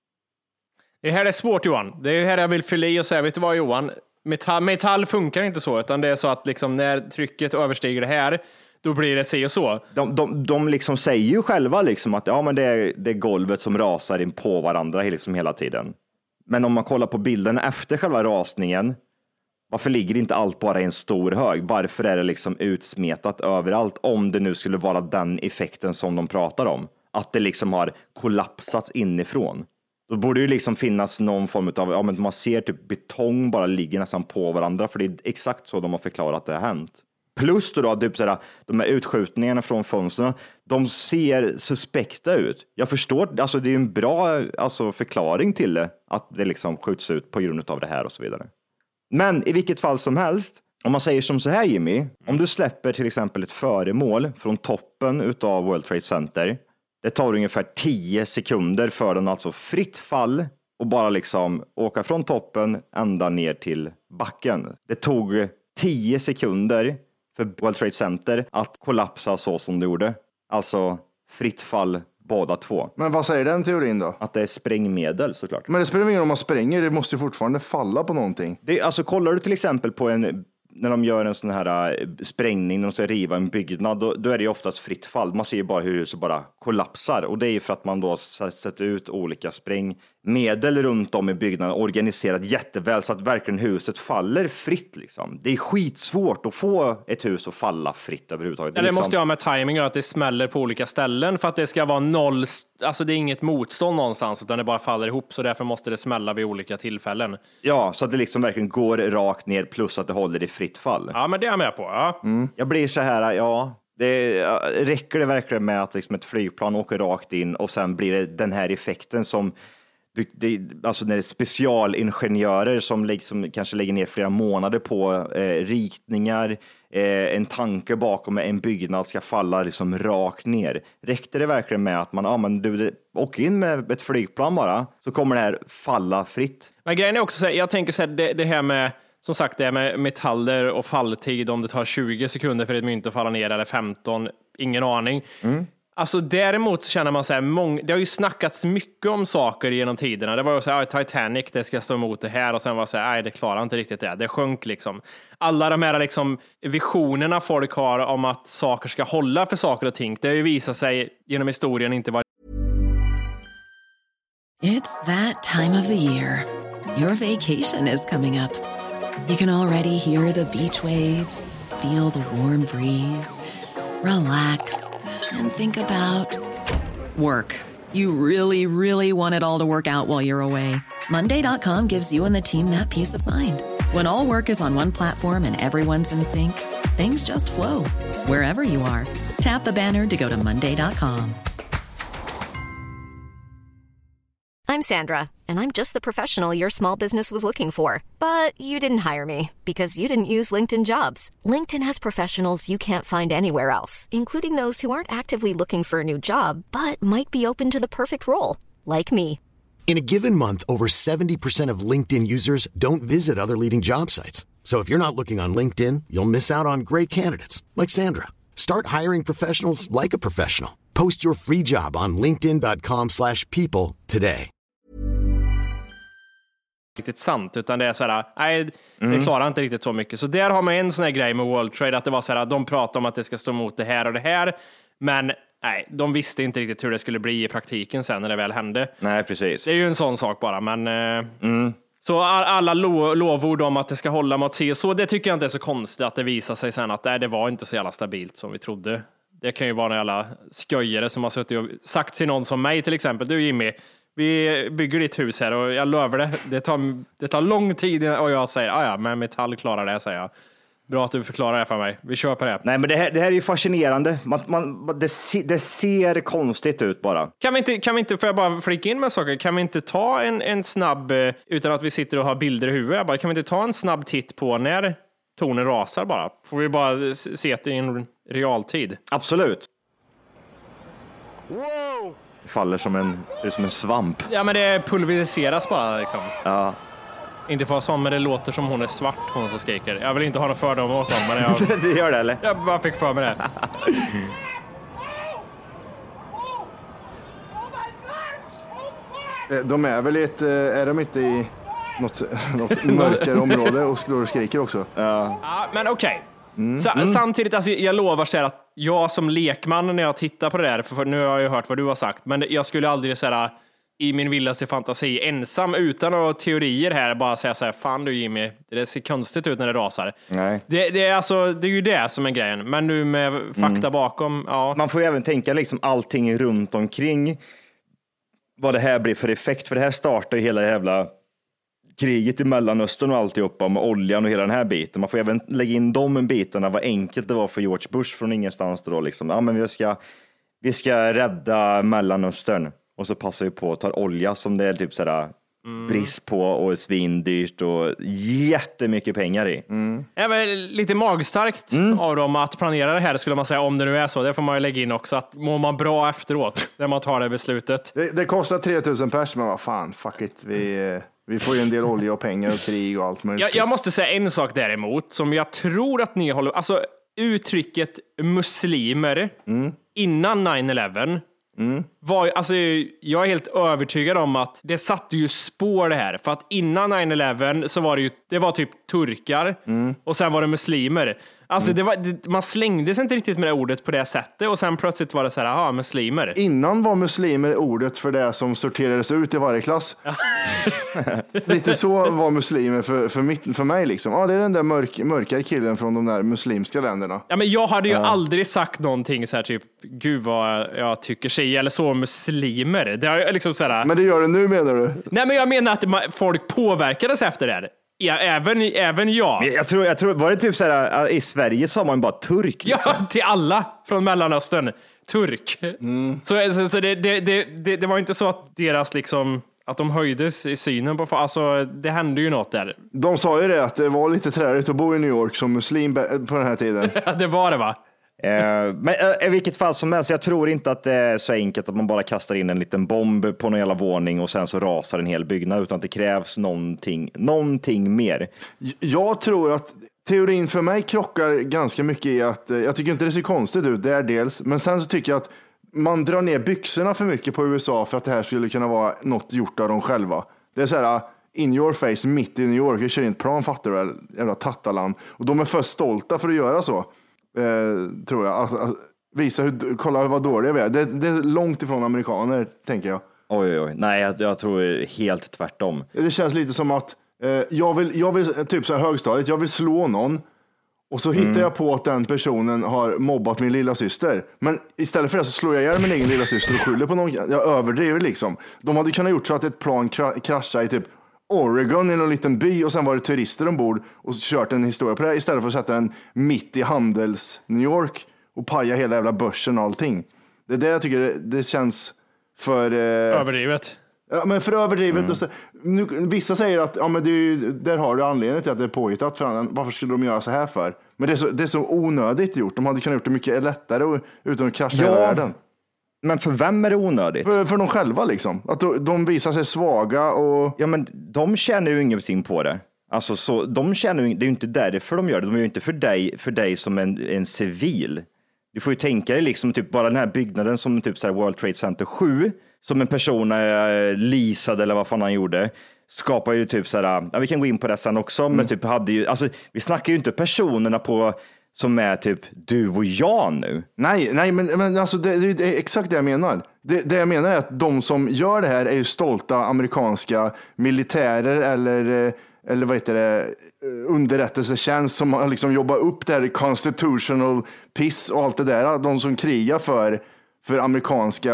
Det här är svårt, Johan. Det är här jag vill fylla i och säga, vet du vad, Johan? Metall, metall funkar inte så, utan det är så att liksom när trycket överstiger det här, då blir det sig och så. De, de, de liksom säger ju själva liksom att ja, men det är, det är golvet som rasar in på varandra liksom hela tiden. Men om man kollar på bilden efter själva rasningen, varför ligger inte allt bara i en stor hög? Varför är det liksom utsmetat överallt, om det nu skulle vara den effekten som de pratar om? Att det liksom har kollapsat inifrån. Då borde det liksom finnas någon form av, ja, men man ser typ betong bara ligger nästan på varandra, för det är exakt så de har förklarat att det har hänt. Plus då, då typ sådär, de här utskjutningarna från fönstren, de ser suspekta ut. Jag förstår, alltså det är en bra alltså, förklaring till det, att det liksom skjuts ut på grund av det här och så vidare. Men i vilket fall som helst, om man säger som så här, Jimmy, om du släpper till exempel ett föremål från toppen utav World Trade Center, det tar ungefär tio sekunder för den alltså fritt fall och bara liksom åka från toppen ända ner till backen. Det tog tio sekunder för World Trade Center att kollapsa så som det gjorde. Alltså fritt fall båda två. Men vad säger den teorin då? Att det är sprängmedel såklart. Men det spelar ingen roll om man spränger, det måste ju fortfarande falla på någonting. Det, alltså kollar du till exempel på en, när de gör en sån här sprängning, när de ska riva en byggnad, då, då är det ju oftast fritt fall. Man ser ju bara hur huset bara kollapsar, och det är ju för att man då sätter ut olika sprängmedel runt om i byggnaden, organiserat jätteväl så att verkligen huset faller fritt liksom. Det är skitsvårt att få ett hus att falla fritt överhuvudtaget. Det, det liksom... måste ju ha med timing och att det smäller på olika ställen för att det ska vara noll, alltså det är inget motstånd någonstans, utan det bara faller ihop, så därför måste det smälla vid olika tillfällen. Ja, så att det liksom verkligen går rakt ner, plus att det håller i fritt fall. Ja, men det är jag med på, ja. Mm. Jag blir så här, ja, det, räcker det verkligen med att liksom ett flygplan åker rakt in och sen blir det den här effekten som det, alltså när det är specialingenjörer som liksom kanske lägger ner flera månader på eh, ritningar, eh, en tanke bakom en byggnad ska falla liksom rakt ner. Räckte det verkligen med att man, ja men du, åker in med ett flygplan bara, så kommer det här falla fritt? Men grejen är också så här, jag tänker så här, det, det här med, som sagt, det här med metaller och falltid, om det tar tjugo sekunder för ett mynt att falla ner eller femton, ingen aning. Mm. Alltså däremot så känner man så här, mång, det har ju snackats mycket om saker genom tiderna. Det var ju så här, Titanic, det ska stå emot det här, och sen var det så här, nej, det klarar inte riktigt det. Det sjönk liksom. Alla de här liksom visionerna folk har om att saker ska hålla för saker och ting, det har ju visat sig genom historien inte vara. It's that time of the year. Your vacation is coming up. You can already hear the beach waves, feel the warm breeze, relax and think about work. You really, really want it all to work out while you're away. Monday dot com gives you and the team that peace of mind. When all work is on one platform and everyone's in sync, things just flow. Wherever you are, tap the banner to go to monday dot com. I'm Sandra, and I'm just the professional your small business was looking for. But you didn't hire me because you didn't use LinkedIn Jobs. LinkedIn has professionals you can't find anywhere else, including those who aren't actively looking for a new job, but might be open to the perfect role, like me. In a given month, over seventy percent of LinkedIn users don't visit other leading job sites. So if you're not looking on LinkedIn, you'll miss out on great candidates like Sandra. Start hiring professionals like a professional. Post your free job on linkedin dot com slash people today. Riktigt sant, utan det är så här, nej, Mm. det klarar inte riktigt så mycket. Så där har man en sån här grej med World Trade, att det var så här, de pratar om att det ska stå emot det här och det här, men nej, de visste inte riktigt hur det skulle bli i praktiken sen när det väl hände. Nej, precis. Det är ju en sån sak bara, men eh, Mm. så all, alla lo, lovord om att det ska hålla mot sig, så det tycker jag inte är så konstigt att det visar sig sen att nej, det var inte så jävla stabilt som vi trodde. Det kan ju vara när alla sköjare som har suttit och sagt till någon som mig till exempel, du Jimmy, vi bygger ditt hus här och jag lovar det, det tar, det tar lång tid och jag säger, ah, ja, men metall klarar det, säger jag. Bra att du förklarar det för mig. Vi kör på det. Nej, men det här, det här är ju fascinerande. Man, man, det, det ser konstigt ut bara. Kan vi inte, kan vi inte, får jag bara flika in med saker, kan vi inte ta en, en snabb, utan att vi sitter och har bilder i huvudet, bara, kan vi inte ta en snabb titt på när tornen rasar bara? Får vi bara se det i en realtid? Absolut. Wow! Det faller som en, det är som en svamp. Ja, men det pulveriseras bara liksom. Ja. Inte för sån, men det låter som hon är svart, hon som skriker. Jag vill inte ha någon fördom åt dem, men jag... Det gör det, eller? Jag bara fick för mig det. De är väl ett, är de inte i något, något mörkare område och slår och skriker också? Ja. Ja, men okej. Okay. Mm. Sa- Mm. Samtidigt, alltså, jag lovar så här att jag som lekman när jag tittar på det där, för nu har jag ju hört vad du har sagt, men jag skulle aldrig säga i min vildaste fantasi ensam utan några teorier här bara säga så här, fan du Jimmy, det ser konstigt ut när det rasar. Nej. Det, det, är alltså, det är ju det som är grejen, men nu med fakta Mm. bakom, ja. Man får ju även tänka liksom allting runt omkring vad det här blir för effekt, för det här startar ju hela det jävla kriget i Mellanöstern och alltihopa med oljan och hela den här biten. Man får även lägga in de bitarna, vad enkelt det var för George Bush från ingenstans då liksom. Ja, men vi ska, vi ska rädda Mellanöstern och så passar vi på att ta olja som det är typ sådär Mm. brist på och är svindyrt och jättemycket pengar i. Mm. Det är väl lite magstarkt av dem att planera det här, skulle man säga, om det nu är så. Det får man ju lägga in också, att mår man bra efteråt när man tar det beslutet. Det, det kostar tre tusen pers, men vad fan, fuck it. Vi, vi får ju en del olja och pengar och krig och allt möjligt. Jag, jag måste säga en sak däremot, som jag tror att ni håller... Alltså, uttrycket muslimer innan nine eleven var, alltså, jag är helt övertygad om att det satte ju spår det här. För att innan nine eleven så var det ju, det var typ turkar och sen var det muslimer. Alltså det var, det, man slängde sig inte riktigt med det ordet på det sättet och sen plötsligt var det så här, aha, muslimer. Innan var muslimer ordet för det som sorterades ut i varje klass. Lite så var muslimer för, för, mitt, för mig liksom. Ja, det är den där mörk, mörkare killen från de där muslimska länderna. Ja, men jag hade ju Ja. aldrig sagt någonting så här typ, gud vad jag tycker sig, eller så muslimer. Det har jag liksom så här, Men det gör det nu, menar du? nej, men jag menar att ma- folk påverkades efter det här. Ja, även, även jag. Men Jag tror, jag tror, var det typ så här, i Sverige sa man bara turk liksom. Ja, till alla från Mellanöstern. Turk. Så, så, så det, det, det, det, det var inte så att deras liksom, att de höjdes i synen på, alltså det hände ju något där. De sa ju det, att det var lite träligt att bo i New York som muslim på den här tiden. Det var det, va? Eh, men eh, i vilket fall som helst, jag tror inte att det är så enkelt att man bara kastar in en liten bomb på någon jävla våning och sen så rasar en hel byggnad, utan det krävs någonting, någonting mer. Jag tror att teorin för mig krockar ganska mycket i att, eh, jag tycker inte det ser konstigt ut, det är dels, men sen så tycker jag att man drar ner byxorna för mycket på U S A för att det här skulle kunna vara något gjort av dem själva. Det är så här, in your face, mitt i New York, vi kör in ett plan, fattar du väl, jävla tattaland. Och de är för stolta för att göra så. Eh, tror jag. Alltså, alltså, visa hur, kolla vad dåliga vi är. Det, det är långt ifrån amerikaner, tänker jag. Oj, oj, oj. Nej, jag, jag tror helt tvärtom. Det känns lite som att eh, jag vill, jag vill, typ så här högstadiet, jag vill slå någon och så hittar Mm. jag på att den personen har mobbat min lilla syster. Men istället för det så slår jag ihjäl min egen lilla syster och skyller på någon. Jag överdriver liksom. De hade kunnat gjort så att ett plan kra- kraschar i typ Oregon i någon liten by och sen var det turister ombord och kört en historia på det istället för att sätta den mitt i handels New York och paja hela jävla börsen och allting. Det är det jag tycker det, det känns för... Eh, överdrivet. Ja, men för överdrivet. Mm. Och så, nu, vissa säger att ja, men det är, där har du anledningen till att det är påhittat. För varför skulle de göra så här för? Men det är så, det är så onödigt gjort. De hade kunnat gjort det mycket lättare och, utan att krascha ja, hela världen. Men för vem är det onödigt? För, för de själva liksom. Att de, de visar sig svaga och... Ja, men de tjänar ju ingenting på det. Alltså, så, de tjänar ju, det är ju inte därför de gör det. De är ju inte för dig, för dig som en, en civil. Du får ju tänka dig liksom typ bara den här byggnaden som typ så här World Trade Center sju som en person äh, leasade eller vad fan han gjorde skapar ju typ så här, ja, vi kan gå in på det sen också, mm. men typ hade ju, alltså vi snackar ju inte personerna på som är typ du och jag nu. Nej, nej men, men alltså det, det är exakt det jag menar. Det, det jag menar är att de som gör det här är ju stolta amerikanska militärer eller eller vad heter det, underrättelsetjänst som har liksom jobbat upp det här constitutional piss och allt det där. De som krigar för, för amerikanska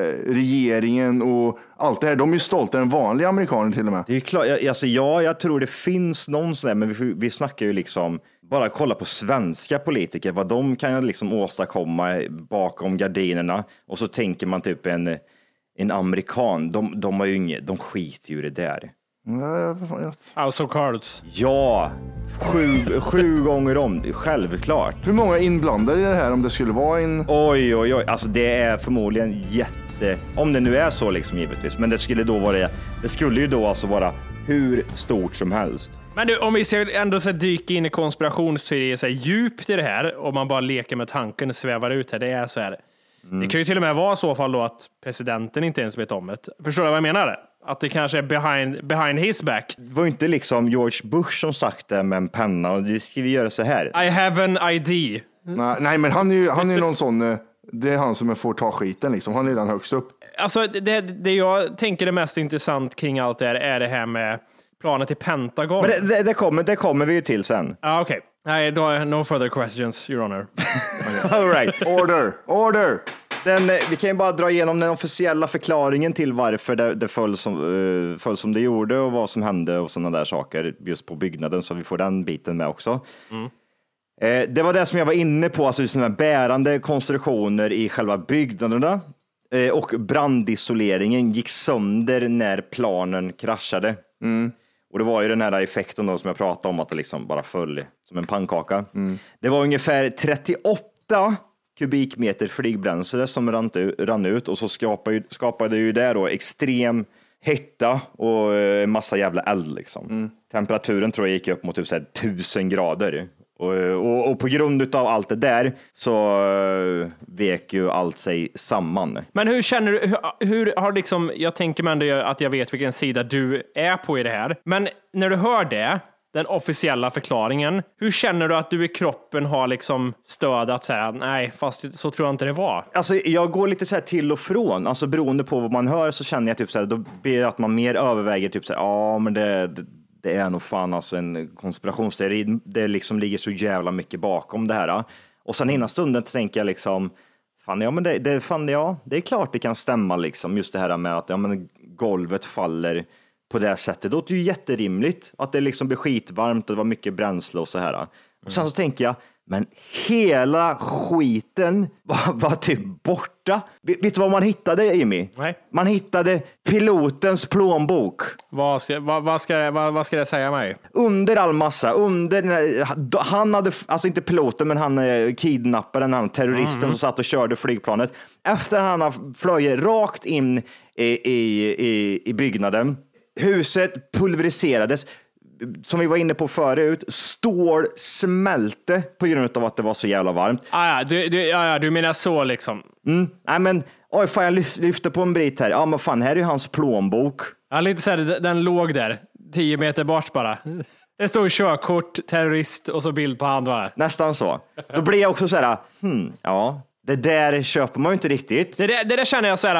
regeringen och allt det här. De är ju stoltare än vanliga amerikaner till och med. Det är ju klart, alltså ja, jag tror det finns någon sån där, men vi, vi snackar ju liksom, bara kolla på svenska politiker, vad de kan liksom åstadkomma bakom gardinerna. Och så tänker man typ en, en amerikan, de, de har ju inget, de skiter ju i det där. House of Cards. Ja, sju, sju gånger om, självklart. Hur många är inblandade i det här om det skulle vara en... Oj, oj, oj. Alltså det är förmodligen jätte... Om det nu är så liksom givetvis. Men det skulle då vara... Det skulle ju då alltså vara hur stort som helst. Men du, om vi ser ändå så dyka in i konspirationsteorier så här djupt i det här och man bara leker med tanken och svävar ut här, det är så här. Mm. Det kan ju till och med vara så fall då att presidenten inte ens vet om det. Förstår du vad jag menar? Att det kanske är behind, behind his back. Det var ju inte liksom George Bush som sagt det med en penna och det ska vi göra så här. I have an I D. Nej, nej men han är ju han är någon sån, det är han som får ta skiten liksom. Han är den högst upp. Alltså det, det jag tänker är mest intressant kring allt det här är det här med planet till Pentagon. Men det, det, det, kommer, det kommer vi ju till sen. Ja, ah, okej. Okay. Nej, då no further questions, Your Honor. All right. Order, order. Den, vi kan ju bara dra igenom den officiella förklaringen till varför det, det föll, som, uh, föll som det gjorde och vad som hände och sådana där saker just på byggnaden, så vi får den biten med också. Mm. Eh, det var det som jag var inne på, alltså sådana här bärande konstruktioner i själva byggnaderna eh, och brandisoleringen gick sönder när planen kraschade. Mm. Och det var ju den här effekten då som jag pratade om, att det liksom bara föll som en pannkaka. Mm. Det var ungefär trettioåtta kubikmeter flygbränsle som rann, rann ut och så skapade, skapade ju det då extrem hetta och en massa jävla eld liksom. Mm. Temperaturen tror jag gick upp mot typ så här tusen grader. Och, och, och på grund av allt det där så uh, vek ju allt sig samman. Men hur känner du, hur, hur har liksom, jag tänker mig ändå att jag vet vilken sida du är på i det här. Men när du hör det, den officiella förklaringen, hur känner du att du i kroppen har liksom stöd att säga nej, fast så tror jag inte det var? Alltså jag går lite så här till och från, alltså beroende på vad man hör så känner jag typ så här, då blir det att man mer överväger typ så här, ja men det, det det är nog fan alltså en konspirationsteori, det liksom ligger så jävla mycket bakom det här. Och sen innan stunden tänker jag liksom, fan ja men det, det, fan, ja, det är klart det kan stämma liksom, just det här med att ja, men golvet faller på det sättet. Det låter ju jätterimligt att det liksom blir skitvarmt och det var mycket bränsle och så här. Mm. Och sen så tänker jag, men hela skiten var, var typ borta. Vet, vet du vad man hittade, Jimmy? Nej. Man hittade pilotens plånbok. Vad ska, vad, vad, ska, vad, vad ska det säga mig? Under all massa. Under, han hade, alltså inte piloten, men han kidnapparen, han terroristen mm. som satt och körde flygplanet. Efter han har flöjt rakt in i, i, i, i byggnaden. Huset pulveriserades. Som vi var inne på förut, stål smälte på grund av att det var så jävla varmt. Ah, ja, du, du, ah, ja, du menar så liksom. Mm. Nej, men oj, fan, jag lyfter på en bit här. Ja, men fan, här är ju hans plånbok. Ja, lite så här, den låg där. Tio meter bort bara. Det stod körkort, terrorist och så bild på hand, va? Nästan så. Då blir jag också så här, hmm, ja, det där köper man ju inte riktigt. Det där, det där känner jag så här,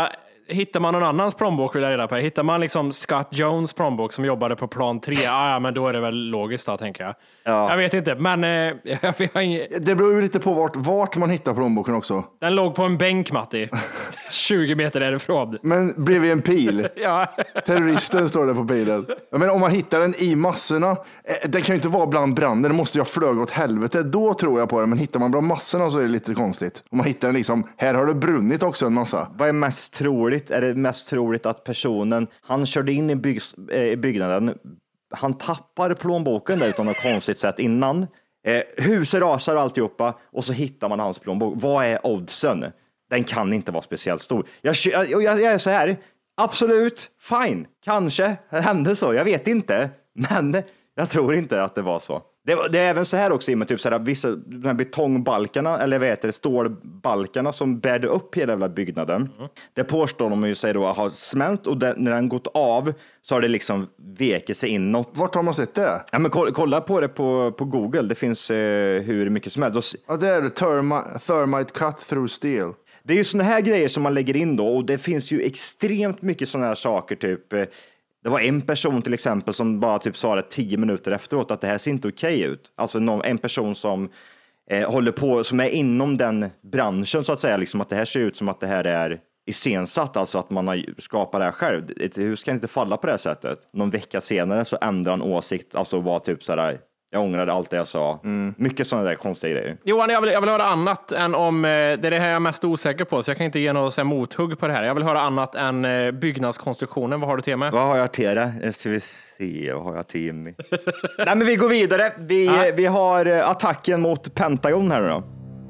hittar man någon annans plånbok vill jag reda på. Hittar man liksom Scott Jones plånbok som jobbade på plan tre, ah, ja, men då är det väl logiskt då, tänker jag. Ja. Jag vet inte, men eh, jag har ingen... Det beror ju lite på vart, vart man hittar plånboken också. Den låg på en bänk, Matti. tjugo meter därifrån. Men bredvid en pil. Ja. Terroristen står det på pilen. Men om man hittar den i massorna, den kan ju inte vara bland branden, det måste ju ha flög åt helvete. Då tror jag på det, men hittar man bland massorna så är det lite konstigt. Om man hittar den liksom, här har det brunnit också en massa. Vad är mest troligt? Är det mest troligt att personen, han körde in i, byggs, i byggnaden, han tappar plånboken där utan något konstigt sätt innan. Eh, huset rasar alltihopa och så hittar man hans plånbok. Vad är oddsen? Den kan inte vara speciellt stor. Jag, jag, jag, jag är så här, absolut, fine, kanske hände så, jag vet inte, men jag tror inte att det var så. Det, det är även så här också, i med typ så här, vissa de här betongbalkarna, eller vad heter det, stålbalkarna som bärde upp hela jävla byggnaden. Mm. Det påstår de ju sig då har smält, och det, när den gått av så har det liksom veket sig inåt. Vart har man sett det? Ja, men kolla, kolla på det på, på Google, det finns eh, hur mycket som helst. Ja, det är termi- thermite cut through steel. Det är ju såna här grejer som man lägger in då, och det finns ju extremt mycket såna här saker, typ eh, det var en person till exempel som bara typ sa det tio minuter efteråt att det här ser inte okej ut. Alltså någon, en person som eh, håller på, som är inom den branschen så att säga, liksom att det här ser ut som att det här är iscensatt, alltså att man har skapat det här själv. Ett hus kan inte falla på det här sättet. Någon vecka senare så ändrar han åsikt, alltså var typ sådär, jag ångrade allt det jag sa. Mm. Mycket sådana där konstiga grejer. Johan, jag vill, jag vill höra annat än om, det är det här jag är mest osäker på, så jag kan inte ge något så här mothugg på det här. Jag vill höra annat än byggnadskonstruktionen. Vad har du till mig? Vad har jag till det? Jag ska vi se, vad har jag till mig? Nej, men vi går vidare. Vi, ah. vi har attacken mot Pentagon här nu då.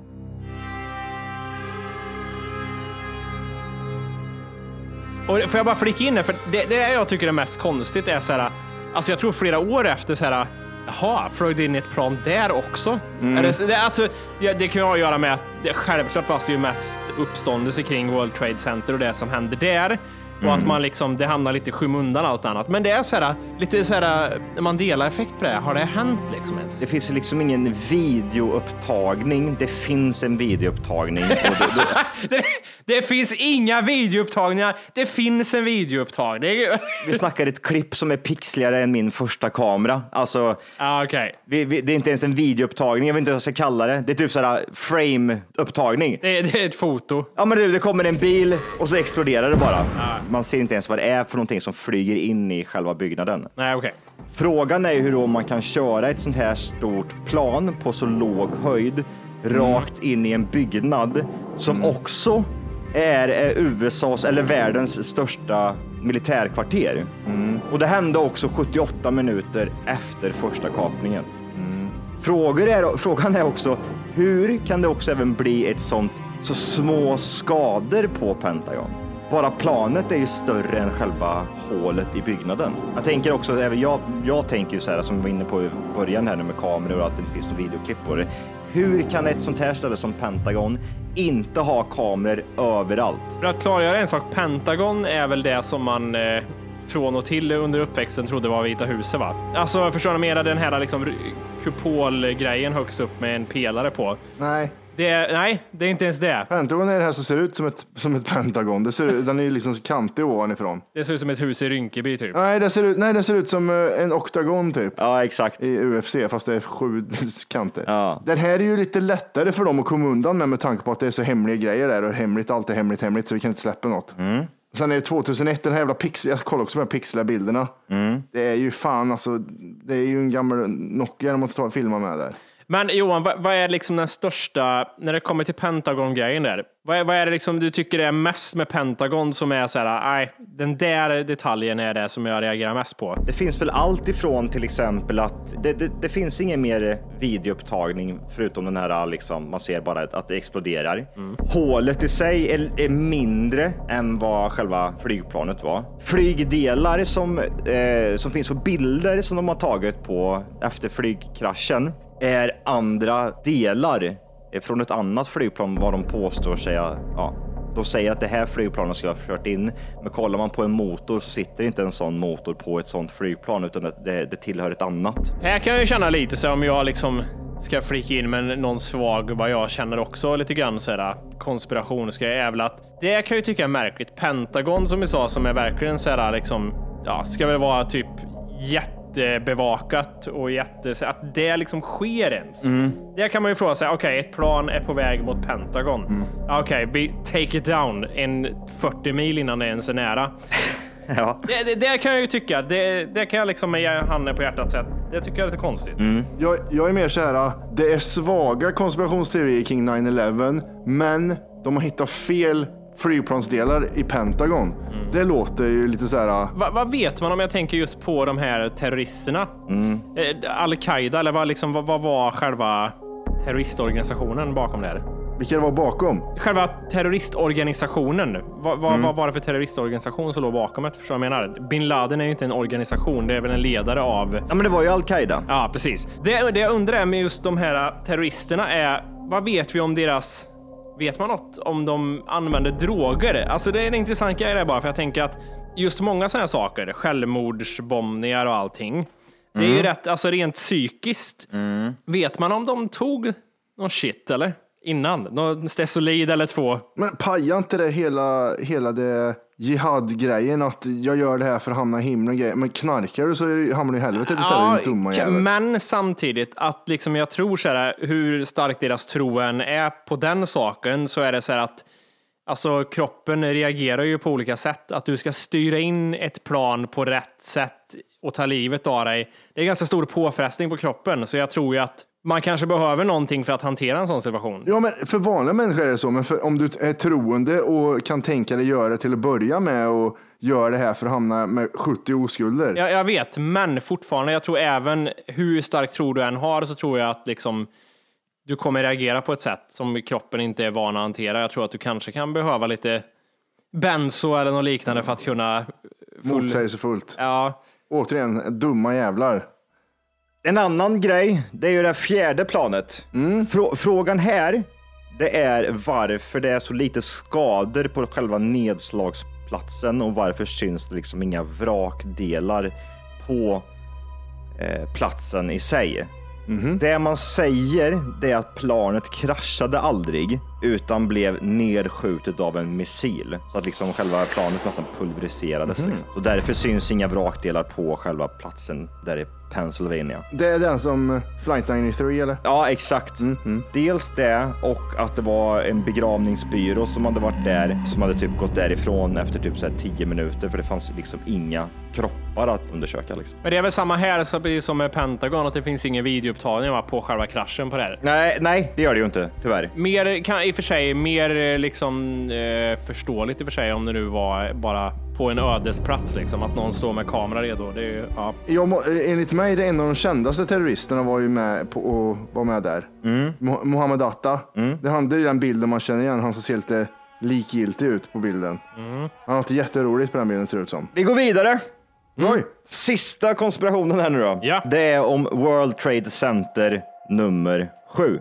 Och får jag bara flika in det, för det, det jag tycker är mest konstigt är så här, alltså jag tror flera år efter så här, jaha, flög det in ett plan där också? Mm. Är det, det, alltså, ja, det kan ju ha att göra med att det, självklart fanns det ju mest uppståndelse kring World Trade Center och det som hände där. Och mm. att man liksom, det hamnar lite skymundan allt annat. Men det är så här, lite så här, man delar effekt på det. Har det hänt liksom ens? Det finns liksom ingen videoupptagning. Det finns en videoupptagning. det, det... det, det finns inga videoupptagningar. Det finns en videoupptagning. Vi snackar ett klipp som är pixligare än min första kamera. Alltså, ah, okay. vi, vi, det är inte ens en videoupptagning. Jag vet inte vad jag ska kalla det. Det är typ så här frame-upptagning. Det, det är ett foto. Ja, men det, det kommer en bil och så exploderar det bara. Ah. Man ser inte ens vad det är för någonting som flyger in i själva byggnaden. Nej, okej. Okay. Frågan är hur då man kan köra ett sånt här stort plan på så låg höjd mm. rakt in i en byggnad som mm. också är U S A:s eller världens största militärkvarter. Mm. Och det hände också sjuttioåtta minuter efter första kapningen. Mm. Frågor är, frågan är också, hur kan det också även bli ett sånt så små skador på Pentagon? Bara planet är ju större än själva hålet i byggnaden. Jag tänker också, även jag, jag tänker ju så här, som vi var inne på i början här nu med kameror och att det inte finns någon videoklipp på det. Hur kan ett sånt här ställe som Pentagon inte ha kameror överallt? För att klargöra en sak, Pentagon är väl det som man eh, från och till under uppväxten trodde var Vita huset, va? Alltså förstår ni mera den här liksom kupolgrejen högst upp med en pelare på? Nej. Det är, nej, det är inte ens det. Pentagon är det här som ser ut som ett, som ett pentagon. Det ser, den är ju liksom kantig ovanifrån. Det ser ut som ett hus i Rinkeby typ. Nej, det ser ut, nej, det ser ut som en oktagon typ. Ja, exakt. I U F C, fast det är sju kanter. Ja. Den här är ju lite lättare för dem att komma undan med, med tanke på att det är så hemliga grejer där. Och hemligt, allt är hemligt, hemligt, så vi kan inte släppa något. Mm. Sen är det tjugohundraett, den här jävla pixel, jag kollar också med pixliga bilderna. Mm. Det är ju fan, alltså, det är ju en gammal Nokia de måste ta och filma med där. Men Johan, vad, vad är liksom den största, när det kommer till Pentagon-grejen där, vad är, vad är det liksom du tycker är mest med Pentagon som är så här, nej, den där detaljen är det som jag reagerar mest på? Det finns väl allt ifrån till exempel att det, det, det finns ingen mer videoupptagning förutom den här liksom, man ser bara att det exploderar. Mm. Hålet i sig är, är mindre än vad själva flygplanet var. Flygdelar som, eh, som finns på bilder som de har tagit på efter flygkraschen är andra delar från ett annat flygplan, vad de påstår säga. Ja, de säger att det här flygplanet skulle ha kört in, men kollar man på en motor så sitter inte en sån motor på ett sånt flygplan, utan det, det tillhör ett annat. Här kan jag ju känna lite så om jag liksom ska jag flika in med någon svag, vad jag känner också lite grann såhär konspirationsgrej är väl att det kan jag ju tycka är märkligt. Pentagon som vi sa, som är verkligen såhär liksom, ja, ska väl vara typ jättebevakat och jätte, att det liksom sker ens. Mm. Det kan man ju fråga sig, okej, okay, ett plan är på väg mot Pentagon. Mm. Okej, okay, take it down en fyrtio mil innan det ens är nära. Ja. Det, det, det kan jag ju tycka, det, det kan jag liksom med handen på hjärtat säga, det tycker jag är lite konstigt. Mm. Jag, jag är mer så här, det är svaga konspirationsteorier kring nine eleven, men de har hittat fel flygplansdelar i Pentagon. Mm. Det låter ju lite så här. Va, vad vet man om jag tänker just på de här terroristerna? Mm. Al-Qaida, eller vad, liksom, vad, vad var själva terroristorganisationen bakom det här? Vilka det var bakom? Själva terroristorganisationen. Vad, vad, mm. vad var det för terroristorganisation som låg bakom det? Förstår jag menar? Bin Laden är ju inte en organisation, det är väl en ledare av... Ja, men det var ju Al-Qaida. Ja, precis. Det, det jag undrar med just de här terroristerna är, vad vet vi om deras... Vet man något om de använder droger? Alltså det är en intressant grej där bara, för jag tänker att just många sådana här saker, självmordsbombningar och allting, mm. det är ju rätt, alltså rent psykiskt. Mm. Vet man om de tog någon shit eller? Innan, någon stesolid eller två. Men pajar inte det hela, hela det jihad-grejen att jag gör det här för att hamna i himlen? Men knarkar du så hamnar du i helvetet istället. Ja, dumma jävel. Men samtidigt att liksom jag tror så här, hur stark deras troen är på den saken, så är det så här att alltså kroppen reagerar ju på olika sätt. Att du ska styra in ett plan på rätt sätt och ta livet av dig. Det är ganska stor påfrestning på kroppen, så jag tror ju att man kanske behöver någonting för att hantera en sån situation. Ja, men för vanliga människor är det så. Men för, om du är troende och kan tänka dig göra det till att börja med och göra det här för att hamna med sjuttio oskulder. Ja, jag vet, men fortfarande, jag tror även hur stark tro du än har, så tror jag att liksom, du kommer reagera på ett sätt som kroppen inte är van att hantera. Jag tror att du kanske kan behöva lite benzo eller något liknande för att kunna... Full... Motsägelsefullt. Ja. Återigen, dumma jävlar. En annan grej, det är ju det fjärde planet. Mm. Frå- frågan här, det är varför det är så lite skador på själva nedslagsplatsen och varför syns det liksom inga vrakdelar på eh, platsen i sig. Mm-hmm. Det man säger, det är att planet kraschade aldrig utan blev nedskjutet av en missil. Så att liksom själva planet nästan pulveriserades. Mm-hmm. Liksom. Och därför syns inga vrakdelar på själva platsen där i Pennsylvania. Det är den som Flight nittiotre eller? Ja, exakt. Mm-hmm. Dels det, och att det var en begravningsbyrå som hade varit där, som hade typ gått därifrån efter typ så här tio minuter, för det fanns liksom inga kroppar att undersöka. Liksom. Men det är väl samma här så som med Pentagon, att det finns ingen videoupptagning på själva kraschen på det här? Nej, nej, det gör det ju inte, tyvärr. Mer, kan, i och för sig, mer liksom eh, förståeligt i och för sig om det nu var bara på en ödesplats, liksom, att någon står med kamera redo. Det är ju, ja. Ja, enligt mig, det är en av de kändaste terroristerna var ju med på, och var med där. Mm. Mohammed Atta. Mm. Det handlar i den bilden man känner igen, han som ser lite likgiltig ut på bilden. Mm. Han har inte jätteroligt på den bilden, ser ut som. Vi går vidare. Mm. Oj. Sista konspirationen här nu då. Ja. Det är om World Trade Center nummer sju.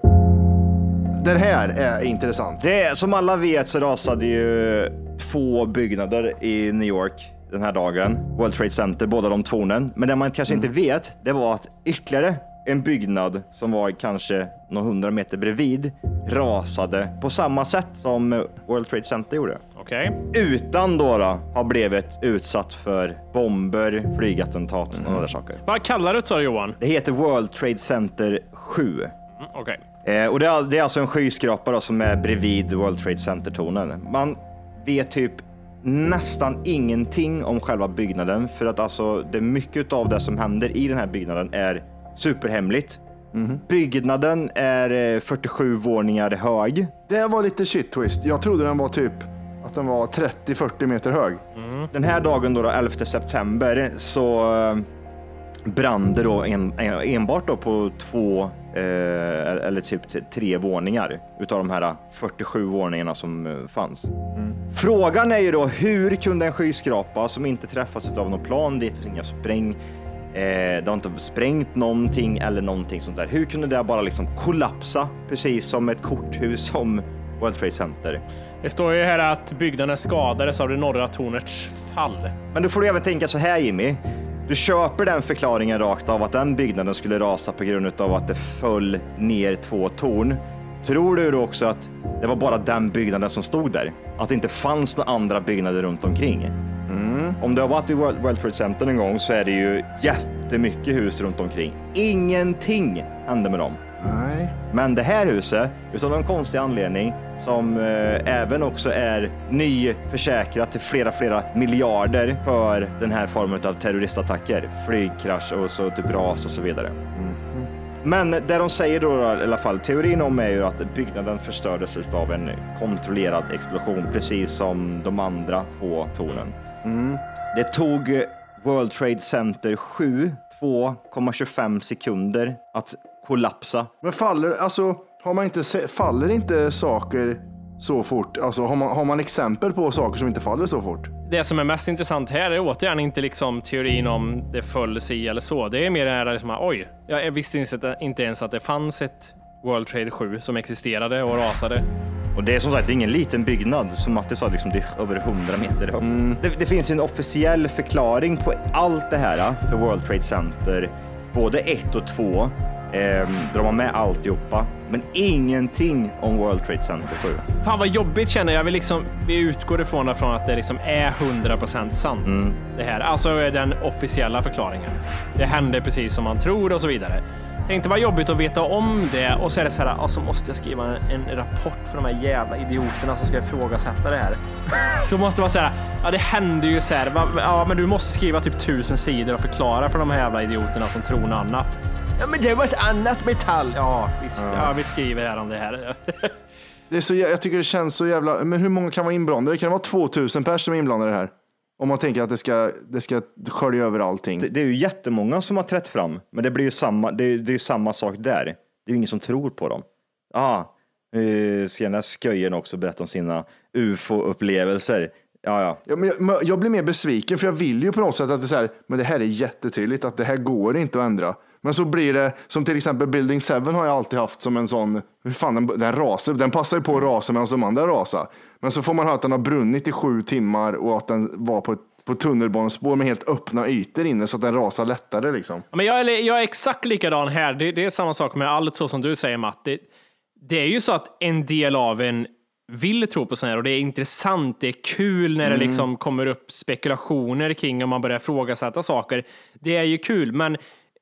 Det här är intressant. Det, som alla vet så rasade ju två byggnader i New York den här dagen. World Trade Center, båda de tornen. Men det man kanske mm. inte vet, det var att ytterligare en byggnad som var kanske några hundra meter bredvid rasade på samma sätt som World Trade Center gjorde. Okej. Okay. Utan då, då ha blivit utsatt för bomber, flygattentat mm. och andra saker. Vad kallar du det, så Johan? Det heter World Trade Center sju. Mm, Okej. Okay. Eh, och det är, det är alltså en skyskrapa då, som är bredvid World Trade Center-tornen. Man vet typ nästan ingenting om själva byggnaden, för att alltså det mycket av det som händer i den här byggnaden är superhemligt. Mm-hmm. Byggnaden är fyrtiosju våningar hög. Det var lite shit twist. Jag trodde den var typ att den var trettio till fyrtio meter hög. Mm. Den här dagen då, då elfte september, så brann det då en, enbart då på två eh, eller typ tre våningar utav de här fyrtiosju våningarna som fanns. Mm. Frågan är ju då, hur kunde en skyskrapa som inte träffas av någon plan, det finns inga spräng, eh, det har inte sprängt någonting eller någonting sånt där. Hur kunde det bara liksom kollapsa precis som ett korthus som World Trade Center? Det står ju här att byggnaden skadades av det norra tornets fall. Men då får du även tänka så här, Jimmy. Du köper den förklaringen rakt av att den byggnaden skulle rasa på grund av att det föll ner två torn. Tror du då också att det var bara den byggnaden som stod där? Att det inte fanns några andra byggnader runt omkring? Mm. Om du har varit i World, World Trade Center en gång så är det ju jättemycket hus runt omkring. Ingenting hände med dem. Nej. Men det här huset, utan någon konstig anledning, som eh, även också är nyförsäkrat till flera, flera miljarder för den här formen av terroristattacker, flygkrasch och så typ ras och så vidare. Mm. Men det de säger då i alla fall, teorin om är ju att byggnaden förstördes av en kontrollerad explosion, precis som de andra två tornen. Mm. Det tog World Trade Center sju, två komma tjugofem sekunder att kollapsa. Men faller, alltså, har man inte se, faller inte saker så fort? Alltså, har man, har man exempel på saker som inte faller så fort? Det som är mest intressant här är återigen inte liksom teorin om det föll sig eller så. Det är mer det här liksom, oj, jag visste inte ens att det fanns ett World Trade sju som existerade och rasade. Och det är som sagt, det är ingen liten byggnad, som Matti sa, liksom, det är över hundra meter upp. Mm. Det, det finns en officiell förklaring på allt det här för World Trade Center, både ett och två. Eh, drar man med alltihopa, men ingenting om World Trade Center sju. Fan vad jobbigt känner jag. Vi, liksom, vi utgår ifrån att det liksom är hundra procent sant. Mm. Det här. Alltså är den officiella förklaringen. Det hände precis som man tror och så vidare. Tänkte vad jobbigt att veta om det, och så är det så här, alltså måste jag skriva en, en rapport för de här jävla idioterna som ska ifrågasätta det här. Så måste man säga, ja det hände ju så här, ja men du måste skriva typ tusen sidor och förklara för de här jävla idioterna som tror något annat. Ja men det var ett annat metall. Ja visst, ja, ja vi skriver här om det här. Det är så, jag tycker det känns så jävla, men hur många kan vara inblandade? Det kan vara tvåtusen personer som är inblandade här. Om man tänker att det ska, det ska skölja över allting. Det, det är ju jättemånga som har trätt fram. Men det blir ju samma, det är, det är samma sak där. Det är ju ingen som tror på dem. Ah, eh, senare Sköjen också berätta om sina U F O-upplevelser. Ja, ja. Ja, men jag, jag blir mer besviken, för jag vill ju på något sätt att det är så här, men det här är jättetydligt att det här går inte att ändra. Men så blir det, som till exempel Building sju har jag alltid haft som en sån, hur fan den, den rasar, den passar ju på att rasa medan de andra rasar. Men så får man höra att den har brunnit i sju timmar och att den var på ett på tunnelbanespår med helt öppna ytor inne så att den rasar lättare liksom. Men jag är, jag är exakt likadan här. Det, det är samma sak med allt så som du säger, Matt. Det, det är ju så att en del av en vill tro på sånt här, och det är intressant, det är kul när mm. det liksom kommer upp spekulationer kring om man börjar ifrågasätta saker. Det är ju kul, men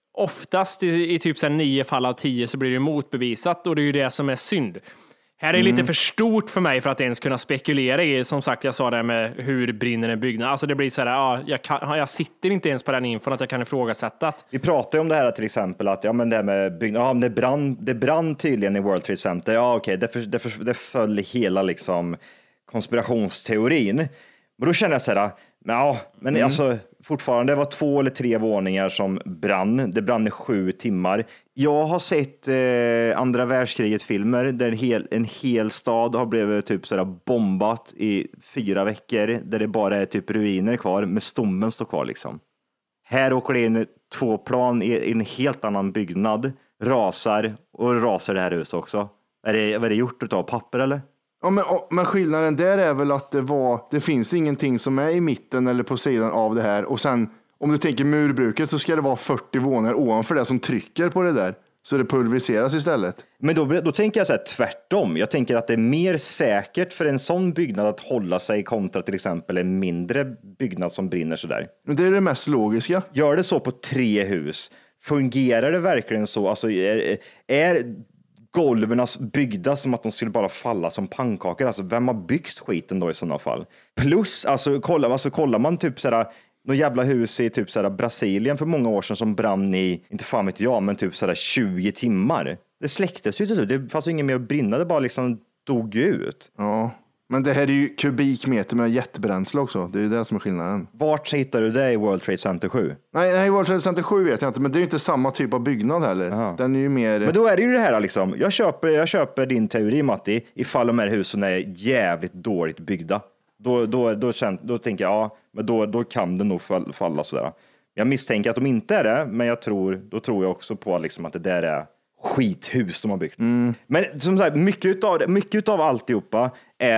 oftast i, i typ så här nio fall av tio så blir det motbevisat, och det är ju det som är synd. Här är mm. lite för stort för mig för att ens kunna spekulera i. Som sagt, jag sa det med hur brinner en byggnad. Alltså det blir så här, ja, jag, kan, jag sitter inte ens på den infon att jag kan ifrågasätta att... Vi pratar ju om det här till exempel, att ja, men det här med byggnad, ja, men det brann, det brann tydligen i World Trade Center. Ja, okej, okay, det, det, det föll hela liksom konspirationsteorin. Men då känner jag så här, ja, men mm. alltså fortfarande, det var två eller tre våningar som brann. Det brann i sju timmar. Jag har sett eh, andra världskriget-filmer där en hel, en hel stad har blivit typ sådär bombat i fyra veckor, där det bara är typ ruiner kvar, med stommen står kvar liksom. Här åker det in två plan i en helt annan byggnad, rasar och rasar det här huset också. Är det, är det gjort av papper eller? Ja, men, men skillnaden där är väl att det var, det finns ingenting som är i mitten eller på sidan av det här, och sen om du tänker murbruket så ska det vara fyrtio våningar ovanför det som trycker på det där, så det pulveriseras istället. Men då, då tänker jag så här tvärtom. Jag tänker att det är mer säkert för en sån byggnad att hålla sig kontra till exempel en mindre byggnad som brinner så där. Men det är det mest logiska. Gör det så på tre hus. Fungerar det verkligen så? Alltså är, är golvernas byggda som att de skulle bara falla som pannkakor? Alltså vem har byggt skiten då i sådana fall? Plus, alltså, kolla, alltså kollar man typ sådär något jävla hus i typ sådär Brasilien för många år sedan som brann i, inte fan vet jag, men typ sådär tjugo timmar. Det släcktes ju till slut. Det fanns ju inget mer att brinna, det bara liksom dog ut. Ja, men det här är ju kubikmeter med jetbränsle också. Det är ju det som är skillnaden. Vart hittar du det i World Trade Center sju? Nej, nej, World Trade Center sju vet jag inte, men det är ju inte samma typ av byggnad heller. Aha. Den är ju mer... Men då är det ju det här liksom. Jag köper, jag köper din teori, Matti, ifall de här husen är jävligt dåligt byggda. Då, då, då, känt, då tänker jag, ja, men då, då kan det nog falla sådär. Jag misstänker att de inte är det, men jag tror, då tror jag också på liksom att det där är skithus de har byggt. Mm. Men som sagt, mycket av, mycket av alltihopa är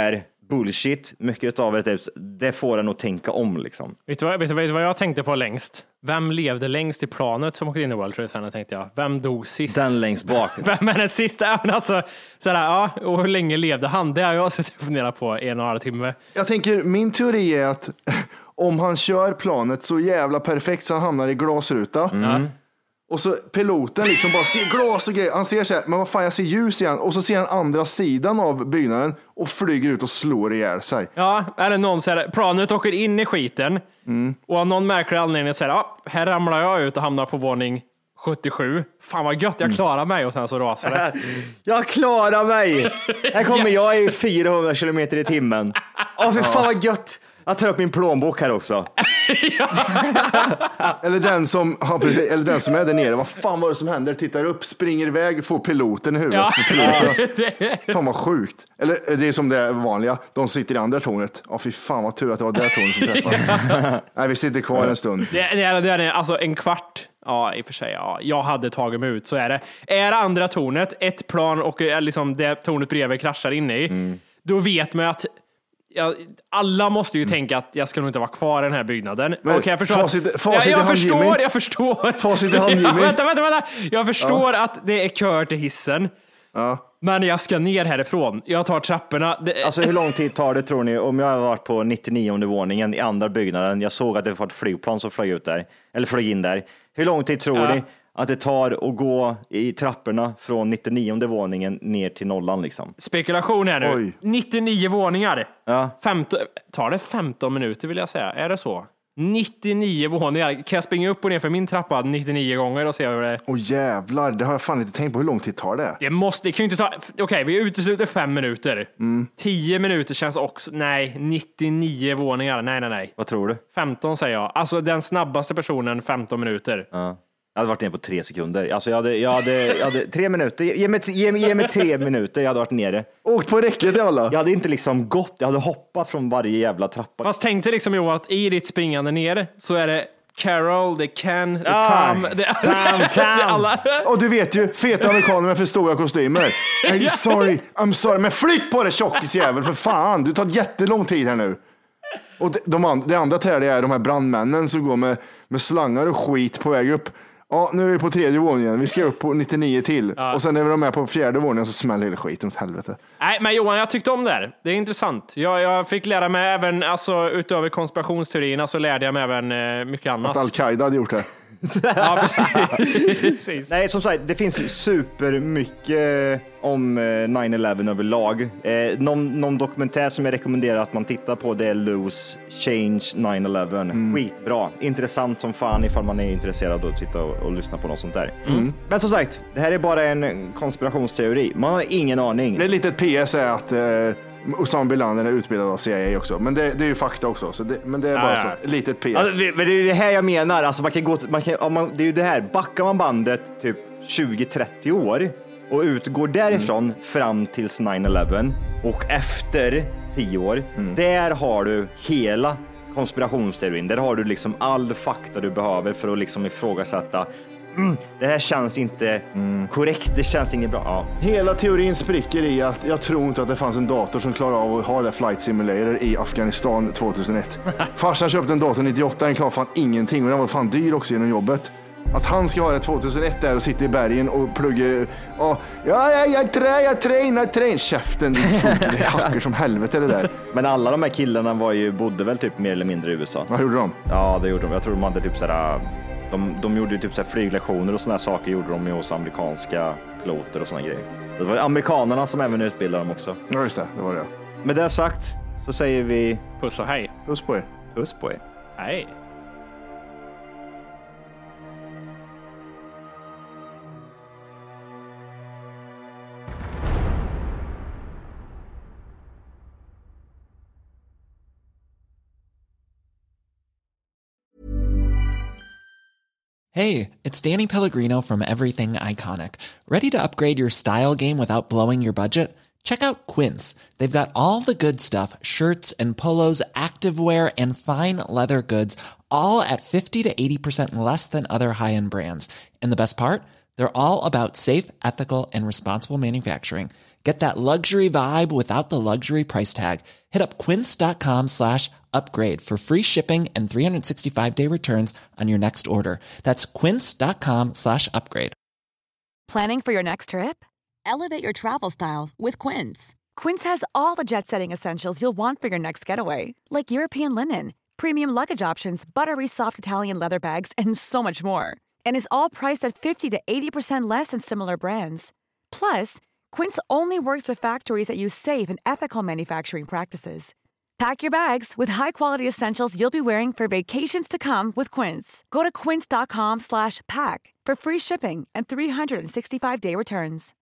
bullshit. Mycket av det, det får en att tänka om liksom. Vet du, vad, vet, du, vet du vad jag tänkte på längst? Vem levde längst i planet som åkte in i World Trade Center, tänkte jag. Vem dog sist? Den längst bak. Vem är den sista? Alltså, sådär, ja, och hur länge levde han? Det har jag suttit och funderat på en och en halv timme. Jag tänker, min teori är att om han kör planet så jävla perfekt så han hamnar i glasruta. Mm. Och så piloten liksom bara ser glas och grejer. Han ser så här, men vad fan, jag ser ljus igen. Och så ser han andra sidan av byggnaden och flyger ut och slår ihjäl sig. Ja, eller någon säger planet åker in i skiten. Mm. Och av någon märklig anledning säger ja, här ramlar jag ut och hamnar på våning sjuttiosju. Fan vad gött, jag klarar mig. Och sen så rasar det. Jag klarar mig. Här kommer yes. jag i fyrahundra kilometer i timmen. Åh, för fan vad gött. Jag tar upp min plånbok här också. eller, den som, ja, precis, eller den som är där nere. Vad fan var det som händer? Tittar upp, springer iväg, får piloten i huvudet. Ja. För piloten. Fan vad sjukt. Eller det är som det vanliga. De sitter i andra tornet. Ja, fy fan vad tur att det var det tornet som träffades. Nej, vi sitter kvar en stund. Det, det, är, det är alltså en kvart. Ja, i och för sig. Ja. Jag hade tagit mig ut, så är det. Är andra tornet, ett plan och liksom det tornet bredvid kraschar in i. Mm. Då vet man att Ja, alla måste ju mm. tänka att jag ska nog inte vara kvar i den här byggnaden. Men, okay, jag förstår, facit, facit jag, jag, hand, förstår Jimmy. jag förstår. Facit i hand, Jimmy. Ja, vänta, vänta, vänta. Jag förstår ja. att det är kör till hissen. Ja. Men jag ska ner härifrån. Jag tar trapporna. Det... Alltså hur lång tid tar det tror ni? Om jag har varit på nittionionde våningen i andra byggnaden. Jag såg att det var ett flygplan som flög ut där. Eller flög in där. Hur lång tid tror ja. ni att det tar att gå i trapporna från nittionionde våningen ner till nollan liksom? Spekulation här nu. Oj. nittionio våningar. Ja. femton, tar det femton minuter vill jag säga. Är det så? nittionio våningar. Kan jag springa upp och ner för min trappa nittionio gånger och se hur det är? Åh jävlar, det har jag fan inte tänkt på. Hur lång tid tar det? Det måste, det kan ju inte ta... Okej, okay, vi utesluter fem minuter. Mm. tio minuter känns också... Nej, nittionio våningar. Nej, nej, nej. Vad tror du? femton säger jag. Alltså den snabbaste personen, femton minuter. Ja. Jag hade varit nere på tre sekunder. Alltså jag hade, jag hade, jag hade tre minuter. Ge mig, ge, ge mig tre minuter. Jag hade varit nere. Åkt på räcket i alla. Jag hade inte liksom gått. Jag hade hoppat från varje jävla trappa. Fast tänk dig liksom Johan att i ditt springande ner så är det Carol, det Ken, det ah, Tom. Det, Tom, Tom. det alla. Och du vet ju, feta amerikaner med för stora kostymer. I'm sorry, I'm sorry. Men flytt på det tjockisjävel, för fan. Du tar jättelång tid här nu. Och de, de, det andra trädet är de här brandmännen som går med, med slangar och skit på väg upp. Ja, nu är vi på tredje våningen. Vi ska upp på nittionio till. Ja. Och sen är vi med på fjärde våningen så smäller hela skiten åt helvete. Nej, men Johan, jag tyckte om det här. Det är intressant. Jag, jag fick lära mig även, alltså utöver konspirationsteorierna så lärde jag mig även eh, mycket annat. Att Al-Qaida hade gjort det. Ja, precis. Nej, som sagt, det finns supermycket om nine eleven överlag. Eh, någon, någon dokumentär som jag rekommenderar att man tittar på, det är Loose Change nine eleven. Mm. Skitbra. Intressant som fan ifall man är intresserad av att titta och, och lyssna på något sånt där. Mm. Men som sagt, det här är bara en konspirationsteori. Man har ingen aning. Det är lite ett P S är att eh... Osama bin Laden är utbildad av C I A också. Men det, det är ju fakta också. Så det, men det är bara ja, ja. så. Litet P S. Alltså, det, men det är det här jag menar. Alltså, man kan gå, man kan, om man, det är ju det här. Backar man bandet typ tjugo trettio år och utgår därifrån mm. fram tills nine eleven och efter tio år. Mm. Där har du hela konspirationsteorin. Där har du liksom all fakta du behöver för att liksom ifrågasätta. Mm, det här känns inte mm. korrekt, det känns inget bra. Ja. Hela teorin spricker i att jag tror inte att det fanns en dator som klarar av att ha det flight simulator i Afghanistan tjugohundraett. Farsan köpte en dator nittioåtta, den klarar fan ingenting och den var fan dyr också genom jobbet. Att han ska ha det tjugohundraett där och sitta i bergen och plugga. Ja, ja, jag trä, jag tränar, tränar. Käften, det är hacker som helvete det där. Men alla de här killarna var ju, bodde väl typ mer eller mindre i U S A. Vad gjorde de? Ja, det gjorde de. Jag tror de hade typ sådär... De, de gjorde ju typ så här flyglektioner och såna här saker gjorde de ju hos amerikanska piloter och såna grejer. Det var amerikanerna som även utbildade dem också. Ja, just det. Det var det. Med det sagt så säger vi... Puss och hej. Puss på er. Puss på er. Hej. Hey, it's Danny Pellegrino from Everything Iconic. Ready to upgrade your style game without blowing your budget? Check out Quince. They've got all the good stuff, shirts and polos, activewear, and fine leather goods, all at fifty to eighty percent less than other high-end brands. And the best part? They're all about safe, ethical, and responsible manufacturing. Get that luxury vibe without the luxury price tag. Hit up quince.com slash upgrade for free shipping and three sixty-five day returns on your next order. That's quince.com slash upgrade. Planning for your next trip? Elevate your travel style with Quince. Quince has all the jet-setting essentials you'll want for your next getaway, like European linen, premium luggage options, buttery soft Italian leather bags, and so much more. And is all priced at fifty to eighty percent less than similar brands. Plus, Quince only works with factories that use safe and ethical manufacturing practices. Pack your bags with high-quality essentials you'll be wearing for vacations to come with Quince. Go to quince.com slash pack for free shipping and three sixty-five day returns.